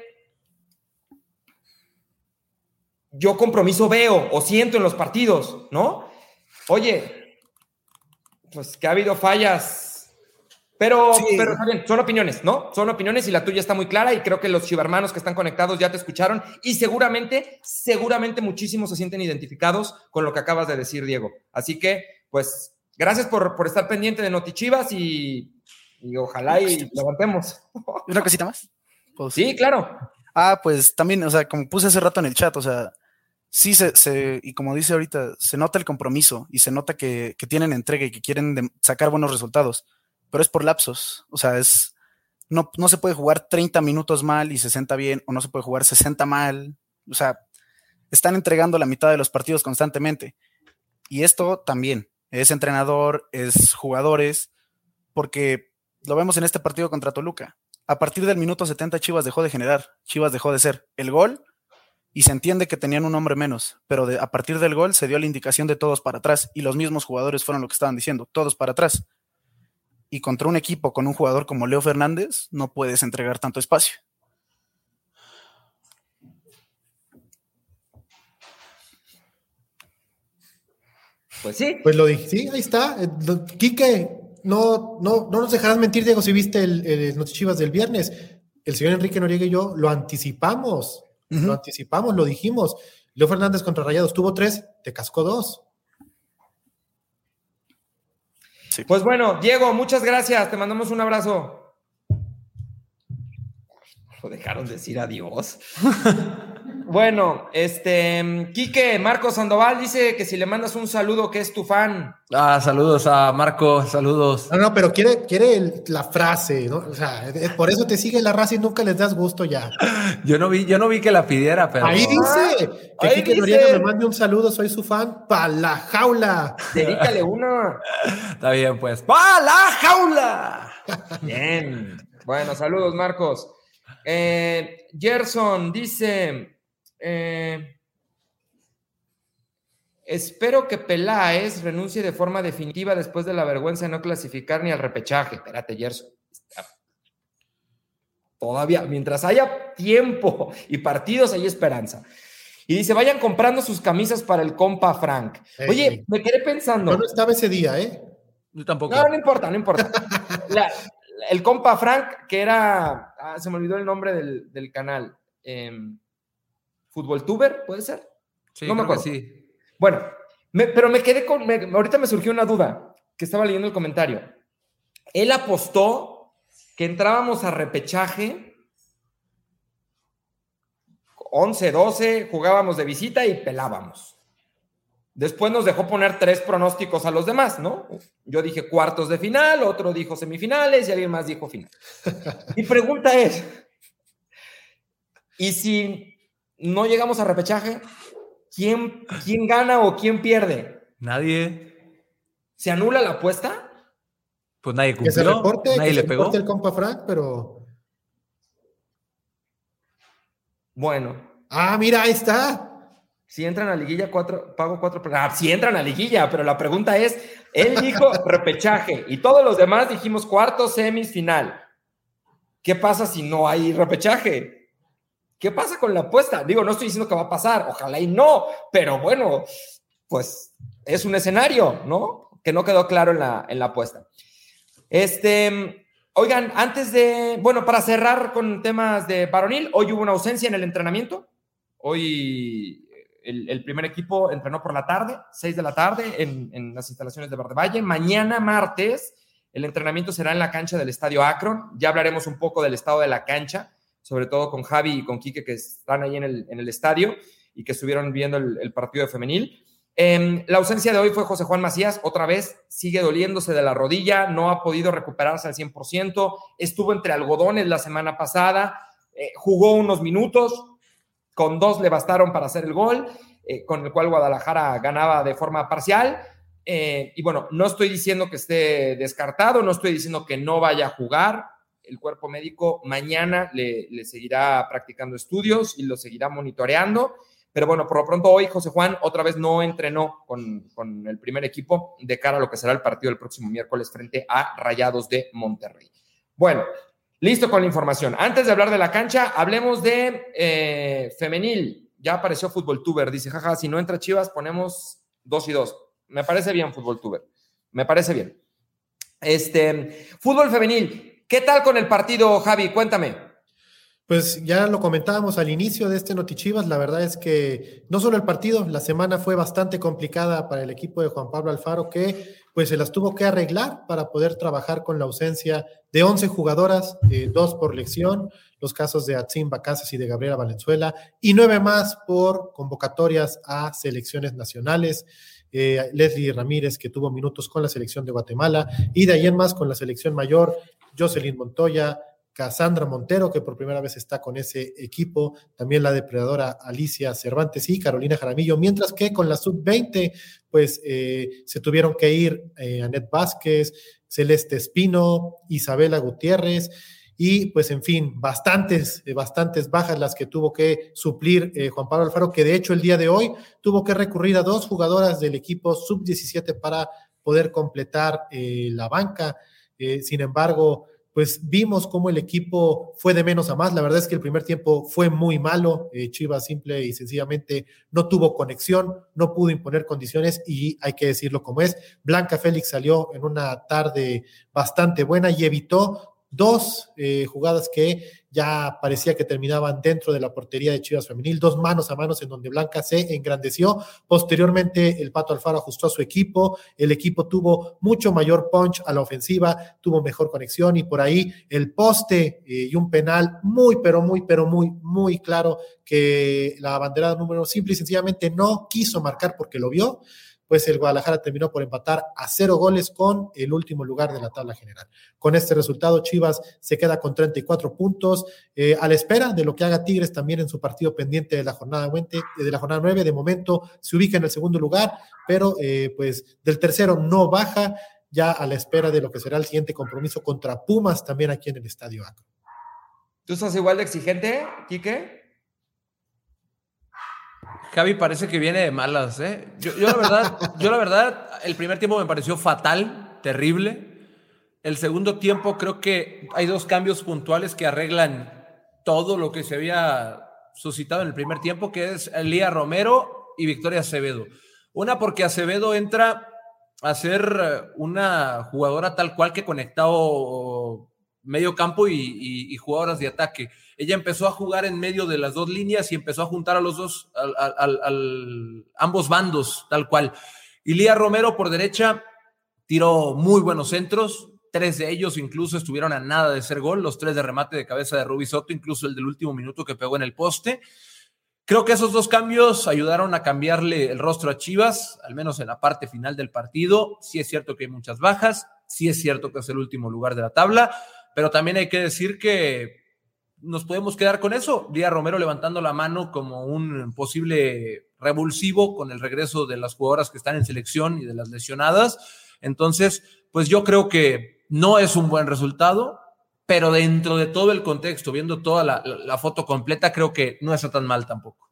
yo compromiso veo o siento en los partidos, ¿no? Oye, pues que ha habido fallas, pero, sí. pero está bien, son opiniones, ¿no? Son opiniones y la tuya está muy clara y creo que los chivarmanos que están conectados ya te escucharon y seguramente, seguramente muchísimos se sienten identificados con lo que acabas de decir, Diego. Así que, pues, gracias por, por estar pendiente de Notichivas y, y ojalá y levantemos. ¿Una cosita más? Pues, sí, claro. Ah, pues también, o sea, como puse hace rato en el chat, o sea, sí se, se y como dice ahorita, se nota el compromiso y se nota que, que tienen entrega y que quieren de, sacar buenos resultados. Pero es por lapsos, o sea, es no, no se puede jugar treinta minutos mal y sesenta bien, o no se puede jugar sesenta mal, o sea, están entregando la mitad de los partidos constantemente, y esto también, es entrenador, es jugadores, porque lo vemos en este partido contra Toluca, a partir del minuto setenta Chivas dejó de generar, Chivas dejó de ser, el gol y se entiende que tenían un hombre menos, pero de, a partir del gol se dio la indicación de todos para atrás y los mismos jugadores fueron lo que estaban diciendo, todos para atrás. Y contra un equipo con un jugador como Leo Fernández no puedes entregar tanto espacio. Pues sí. Pues lo dije, sí, ahí está. Eh, lo- Quique, no, no, no nos dejarás mentir, Diego, si viste el, el Noche Chivas del viernes. El señor Enrique Noriega y yo lo anticipamos, Uh-huh. lo anticipamos, lo dijimos. Leo Fernández contra Rayados tuvo tres, te cascó dos. Sí. Pues bueno, Diego, muchas gracias. Te mandamos un abrazo. Lo dejaron decir adiós. Bueno, este, Quique, Marco Sandoval dice que si le mandas un saludo, que es tu fan. Ah, saludos a Marco, saludos. No, no, pero quiere, quiere el- la frase, ¿no? O sea, es- por eso te sigue la raza y nunca les das gusto ya. Yo no vi, yo no vi que la pidiera, pero. Ahí dice que ahí Quique dice. Noriega me mande un saludo, soy su fan, pa' la jaula. Dedícale una. Está bien, pues. ¡Pa la jaula! Bien. Bueno, saludos, Marcos. Eh, Gerson dice: eh, espero que Peláez renuncie de forma definitiva después de la vergüenza de no clasificar ni al repechaje. Espérate, Gerson. Todavía, mientras haya tiempo y partidos, hay esperanza. Y dice: vayan comprando sus camisas para el compa Frank. Ey, Oye, ey. me quedé pensando. Yo no estaba ese día, ¿eh? Yo tampoco. No, no importa, no importa. La- el compa Frank, que era, ah, se me olvidó el nombre del, del canal, eh, ¿Fútbol-Tuber? ¿Puede ser? Sí, no me creo que acuerdo. sí. Bueno, me- pero me quedé con, me- ahorita me surgió una duda, que estaba leyendo el comentario. Él apostó que entrábamos a repechaje, once, doce, jugábamos de visita y pelábamos. Después nos dejó poner tres pronósticos a los demás, ¿no? Yo dije cuartos de final, otro dijo semifinales y alguien más dijo final. Mi pregunta es, ¿y si no llegamos a repechaje, quién, quién gana o quién pierde? Nadie. ¿Se anula la apuesta? Pues nadie Que se cumplió. reporte, Nadie que le se pegó. reporte el compa Frank, pero... Bueno, Ah, mira, ahí está. si entran a liguilla, cuatro, pago cuatro. Ah, si entran a liguilla, pero la pregunta es, él dijo repechaje y todos los demás dijimos cuartos, semis, final. ¿Qué pasa si no hay repechaje? ¿Qué pasa con la apuesta? Digo, no estoy diciendo que va a pasar, ojalá y no, pero bueno, pues es un escenario, ¿no? Que no quedó claro en la, en la apuesta. Este, oigan, antes de, bueno, para cerrar con temas de varonil, hoy hubo una ausencia en el entrenamiento. Hoy el, el primer equipo entrenó por la tarde, seis de la tarde, en, en las instalaciones de Verde Valle. Mañana, martes, el entrenamiento será en la cancha del Estadio Akron. Ya hablaremos un poco del estado de la cancha, sobre todo con Javi y con Quique, que están ahí en el, en el estadio y que estuvieron viendo el, el partido de femenil. Eh, la ausencia de hoy fue José Juan Macías, otra vez sigue doliéndose de la rodilla, no ha podido recuperarse al cien por ciento, estuvo entre algodones la semana pasada, eh, jugó unos minutos, con dos le bastaron para hacer el gol, eh, con el cual Guadalajara ganaba de forma parcial, eh, y bueno, no estoy diciendo que esté descartado, no estoy diciendo que no vaya a jugar, el cuerpo médico mañana le, le seguirá practicando estudios y lo seguirá monitoreando. Pero bueno, por lo pronto hoy José Juan otra vez no entrenó con, con el primer equipo de cara a lo que será el partido del próximo miércoles frente a Rayados de Monterrey. Bueno, listo con la información. Antes de hablar de la cancha, hablemos de eh, femenil. Ya apareció Fútbol-Tuber. Dice, jaja, si no entra Chivas, ponemos dos y dos. Me parece bien Fútbol-Tuber. Me parece bien. Este, fútbol femenil. ¿Qué tal con el partido, Javi? Cuéntame. Pues ya lo comentábamos al inicio de este Notichivas, la verdad es que no solo el partido, la semana fue bastante complicada para el equipo de Juan Pablo Alfaro, que pues se las tuvo que arreglar para poder trabajar con la ausencia de once jugadoras, eh, dos por lesión, los casos de Atzin Bacasas y de Gabriela Valenzuela, y nueve más por convocatorias a selecciones nacionales. Eh, Leslie Ramírez, que tuvo minutos con la selección de Guatemala, y de ahí en más con la selección mayor, Jocelyn Montoya, Cassandra Montero, que por primera vez está con ese equipo, también la depredadora Alicia Cervantes y Carolina Jaramillo, mientras que con la sub veinte, pues eh, se tuvieron que ir eh, Anet Vázquez, Celeste Espino, Isabela Gutiérrez, y pues en fin, bastantes, eh, bastantes bajas las que tuvo que suplir eh, Juan Pablo Alfaro, que de hecho el día de hoy tuvo que recurrir a dos jugadoras del equipo sub diecisiete para poder completar eh, la banca. Eh, sin embargo, pues vimos cómo el equipo fue de menos a más. La verdad es que el primer tiempo fue muy malo. Eh, Chivas simple y sencillamente no tuvo conexión, no pudo imponer condiciones y hay que decirlo como es. Blanca Félix salió en una tarde bastante buena y evitó dos eh, jugadas que ya parecía que terminaban dentro de la portería de Chivas Femenil, dos manos a manos en donde Blanca se engrandeció. Posteriormente el Pato Alfaro ajustó a su equipo, el equipo tuvo mucho mayor punch a la ofensiva, tuvo mejor conexión y por ahí el poste eh, y un penal muy, pero muy, pero muy, muy claro que la abanderada número simple y sencillamente no quiso marcar porque lo vio. Pues el Guadalajara terminó por empatar a cero goles con el último lugar de la tabla general. Con este resultado, Chivas se queda con treinta y cuatro puntos, eh, a la espera de lo que haga Tigres también en su partido pendiente de la jornada, de la jornada nueve. De momento se ubica en el segundo lugar, pero eh, pues del tercero no baja, ya a la espera de lo que será el siguiente compromiso contra Pumas, también aquí en el Estadio Akron. ¿Tú estás igual de exigente, Quique? Javi parece que viene de malas, ¿eh? Yo, yo, la verdad, yo la verdad, el primer tiempo me pareció fatal, terrible. El segundo tiempo creo que hay dos cambios puntuales que arreglan todo lo que se había suscitado en el primer tiempo, que es Elía Romero y Victoria Acevedo. Una porque Acevedo entra a ser una jugadora tal cual que conectado medio campo y, y, y jugadoras de ataque. Ella empezó a jugar en medio de las dos líneas y empezó a juntar a los dos, al, al, al, ambos bandos, tal cual. Y Lía Romero por derecha tiró muy buenos centros, tres de ellos incluso estuvieron a nada de ser gol, los tres de remate de cabeza de Rubí Soto, incluso el del último minuto que pegó en el poste. Creo que esos dos cambios ayudaron a cambiarle el rostro a Chivas, al menos en la parte final del partido. Sí es cierto que hay muchas bajas, sí es cierto que es el último lugar de la tabla, pero también hay que decir que nos podemos quedar con eso. Lía Romero levantando la mano como un posible revulsivo con el regreso de las jugadoras que están en selección y de las lesionadas. Entonces, pues yo creo que no es un buen resultado, pero dentro de todo el contexto, viendo toda la, la, la foto completa, creo que no está tan mal tampoco.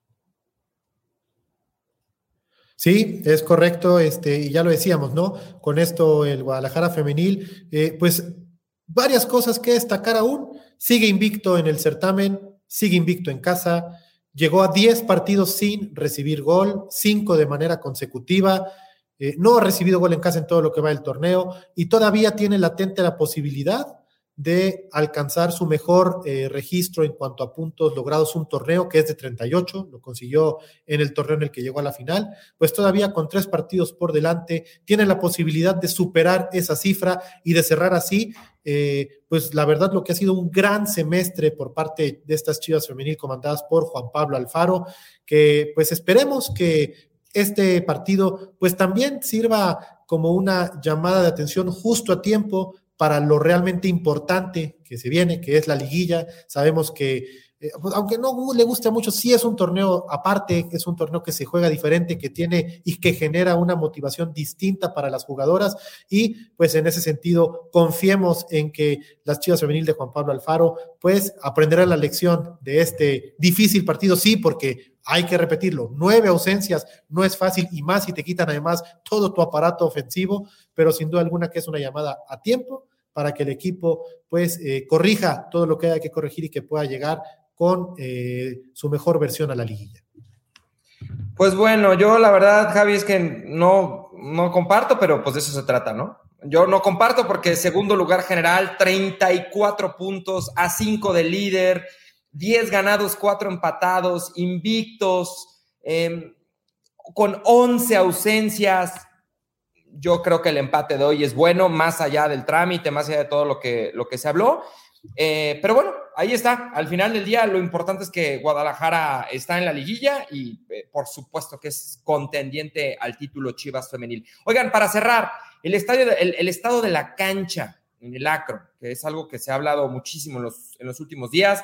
Sí, es correcto, este, y ya lo decíamos, ¿no? Con esto el Guadalajara femenil, eh, pues varias cosas que destacar aún. Sigue invicto en el certamen, sigue invicto en casa, llegó a diez partidos sin recibir gol, cinco de manera consecutiva, eh, no ha recibido gol en casa en todo lo que va del torneo y todavía tiene latente la posibilidad de alcanzar su mejor eh, registro en cuanto a puntos logrados un torneo, que es de treinta y ocho, lo consiguió en el torneo en el que llegó a la final. Pues todavía con tres partidos por delante tiene la posibilidad de superar esa cifra y de cerrar así, eh, pues la verdad lo que ha sido un gran semestre por parte de estas Chivas femenil comandadas por Juan Pablo Alfaro, que pues esperemos que este partido pues también sirva como una llamada de atención justo a tiempo para lo realmente importante que se viene, que es la liguilla. Sabemos que, eh, pues, aunque no le guste mucho, sí es un torneo aparte, es un torneo que se juega diferente, que tiene y que genera una motivación distinta para las jugadoras, y pues en ese sentido confiemos en que las Chivas femenil de Juan Pablo Alfaro pues aprenderán la lección de este difícil partido, sí, porque hay que repetirlo, nueve ausencias no es fácil, y más si te quitan además todo tu aparato ofensivo, pero sin duda alguna que es una llamada a tiempo para que el equipo pues eh, corrija todo lo que haya que corregir y que pueda llegar con eh, su mejor versión a la liguilla. Pues bueno, yo la verdad, Javi, es que no, no comparto, pero pues de eso se trata, ¿no? Yo no comparto porque segundo lugar general, treinta y cuatro puntos, a cinco de líder, diez ganados, cuatro empatados, invictos, eh, con once ausencias. Yo creo que el empate de hoy es bueno, más allá del trámite, más allá de todo lo que, lo que se habló. Eh, pero bueno, ahí está. Al final del día, lo importante es que Guadalajara está en la liguilla y eh, por supuesto que es contendiente al título Chivas femenil. Oigan, para cerrar, el, estadio de, el, el estado de la cancha en el Akron, que es algo que se ha hablado muchísimo en los, en los últimos días.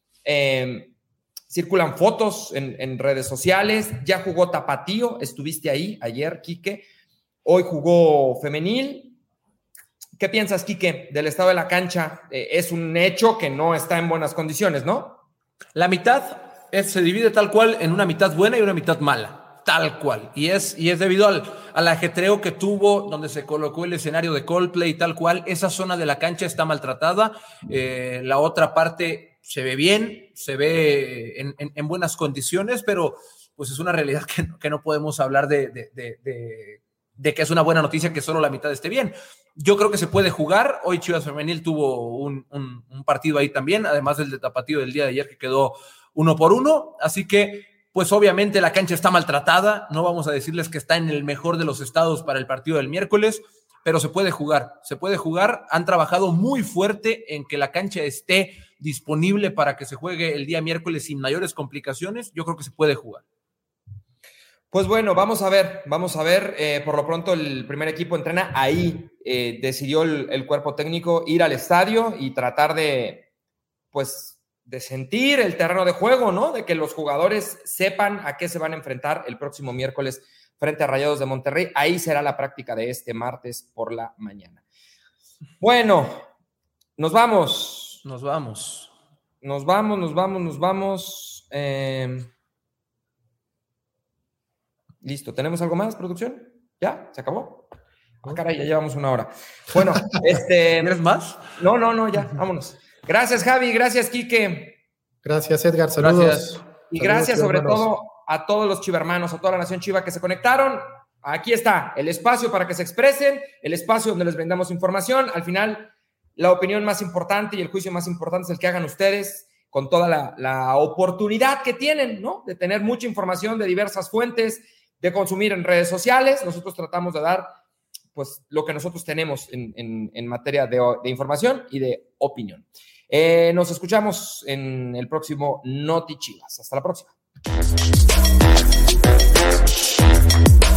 Eh, circulan fotos en, en redes sociales. Ya jugó Tapatío, estuviste ahí ayer, Quique. Hoy jugó femenil. ¿Qué piensas, Quique, del estado de la cancha? Eh, es un hecho que no está en buenas condiciones, ¿no? La mitad es, se divide tal cual en una mitad buena y una mitad mala, tal cual. Y es, y es debido al, al ajetreo que tuvo, donde se colocó el escenario de Coldplay y tal cual. Esa zona de la cancha está maltratada. Eh, la otra parte se ve bien, se ve en, en, en buenas condiciones, pero pues es una realidad que no, que no podemos hablar de, de, de, de, de que es una buena noticia que solo la mitad esté bien. Yo creo que se puede jugar. Hoy Chivas Femenil tuvo un, un, un partido ahí también, además del de Tapatío del día de ayer que quedó uno por uno. Así que, pues obviamente la cancha está maltratada. No vamos a decirles que está en el mejor de los estados para el partido del miércoles, pero se puede jugar. Se puede jugar. Han trabajado muy fuerte en que la cancha esté disponible para que se juegue el día miércoles sin mayores complicaciones. Yo creo que se puede jugar. Pues bueno, vamos a ver, vamos a ver. Eh, por lo pronto el primer equipo entrena ahí. Eh, decidió el, el cuerpo técnico ir al estadio y tratar de, pues, de sentir el terreno de juego, ¿no? De que los jugadores sepan a qué se van a enfrentar el próximo miércoles frente a Rayados de Monterrey. Ahí será la práctica de este martes por la mañana. Bueno, nos vamos. Nos vamos. Nos vamos, nos vamos, nos vamos. Eh... Listo, ¿tenemos algo más, producción? ¿Ya? ¿Se acabó? Ah, caray, ya llevamos una hora. Bueno, este... ¿Tienes más? No, no, no, ya, vámonos. Gracias, Javi, gracias, Quique. Gracias, Edgar, saludos. Gracias. Y Saludos, gracias sobre hermanos. todo a todos los chivermanos, a toda la nación chiva que se conectaron. Aquí está el espacio para que se expresen, el espacio donde les brindamos información. Al final, la opinión más importante y el juicio más importante es el que hagan ustedes con toda la, la oportunidad que tienen, ¿no? De tener mucha información de diversas fuentes, de consumir en redes sociales. Nosotros tratamos de dar, pues, lo que nosotros tenemos en, en, en materia de, de información y de opinión. Eh, nos escuchamos en el próximo Noti Chivas. Hasta la próxima.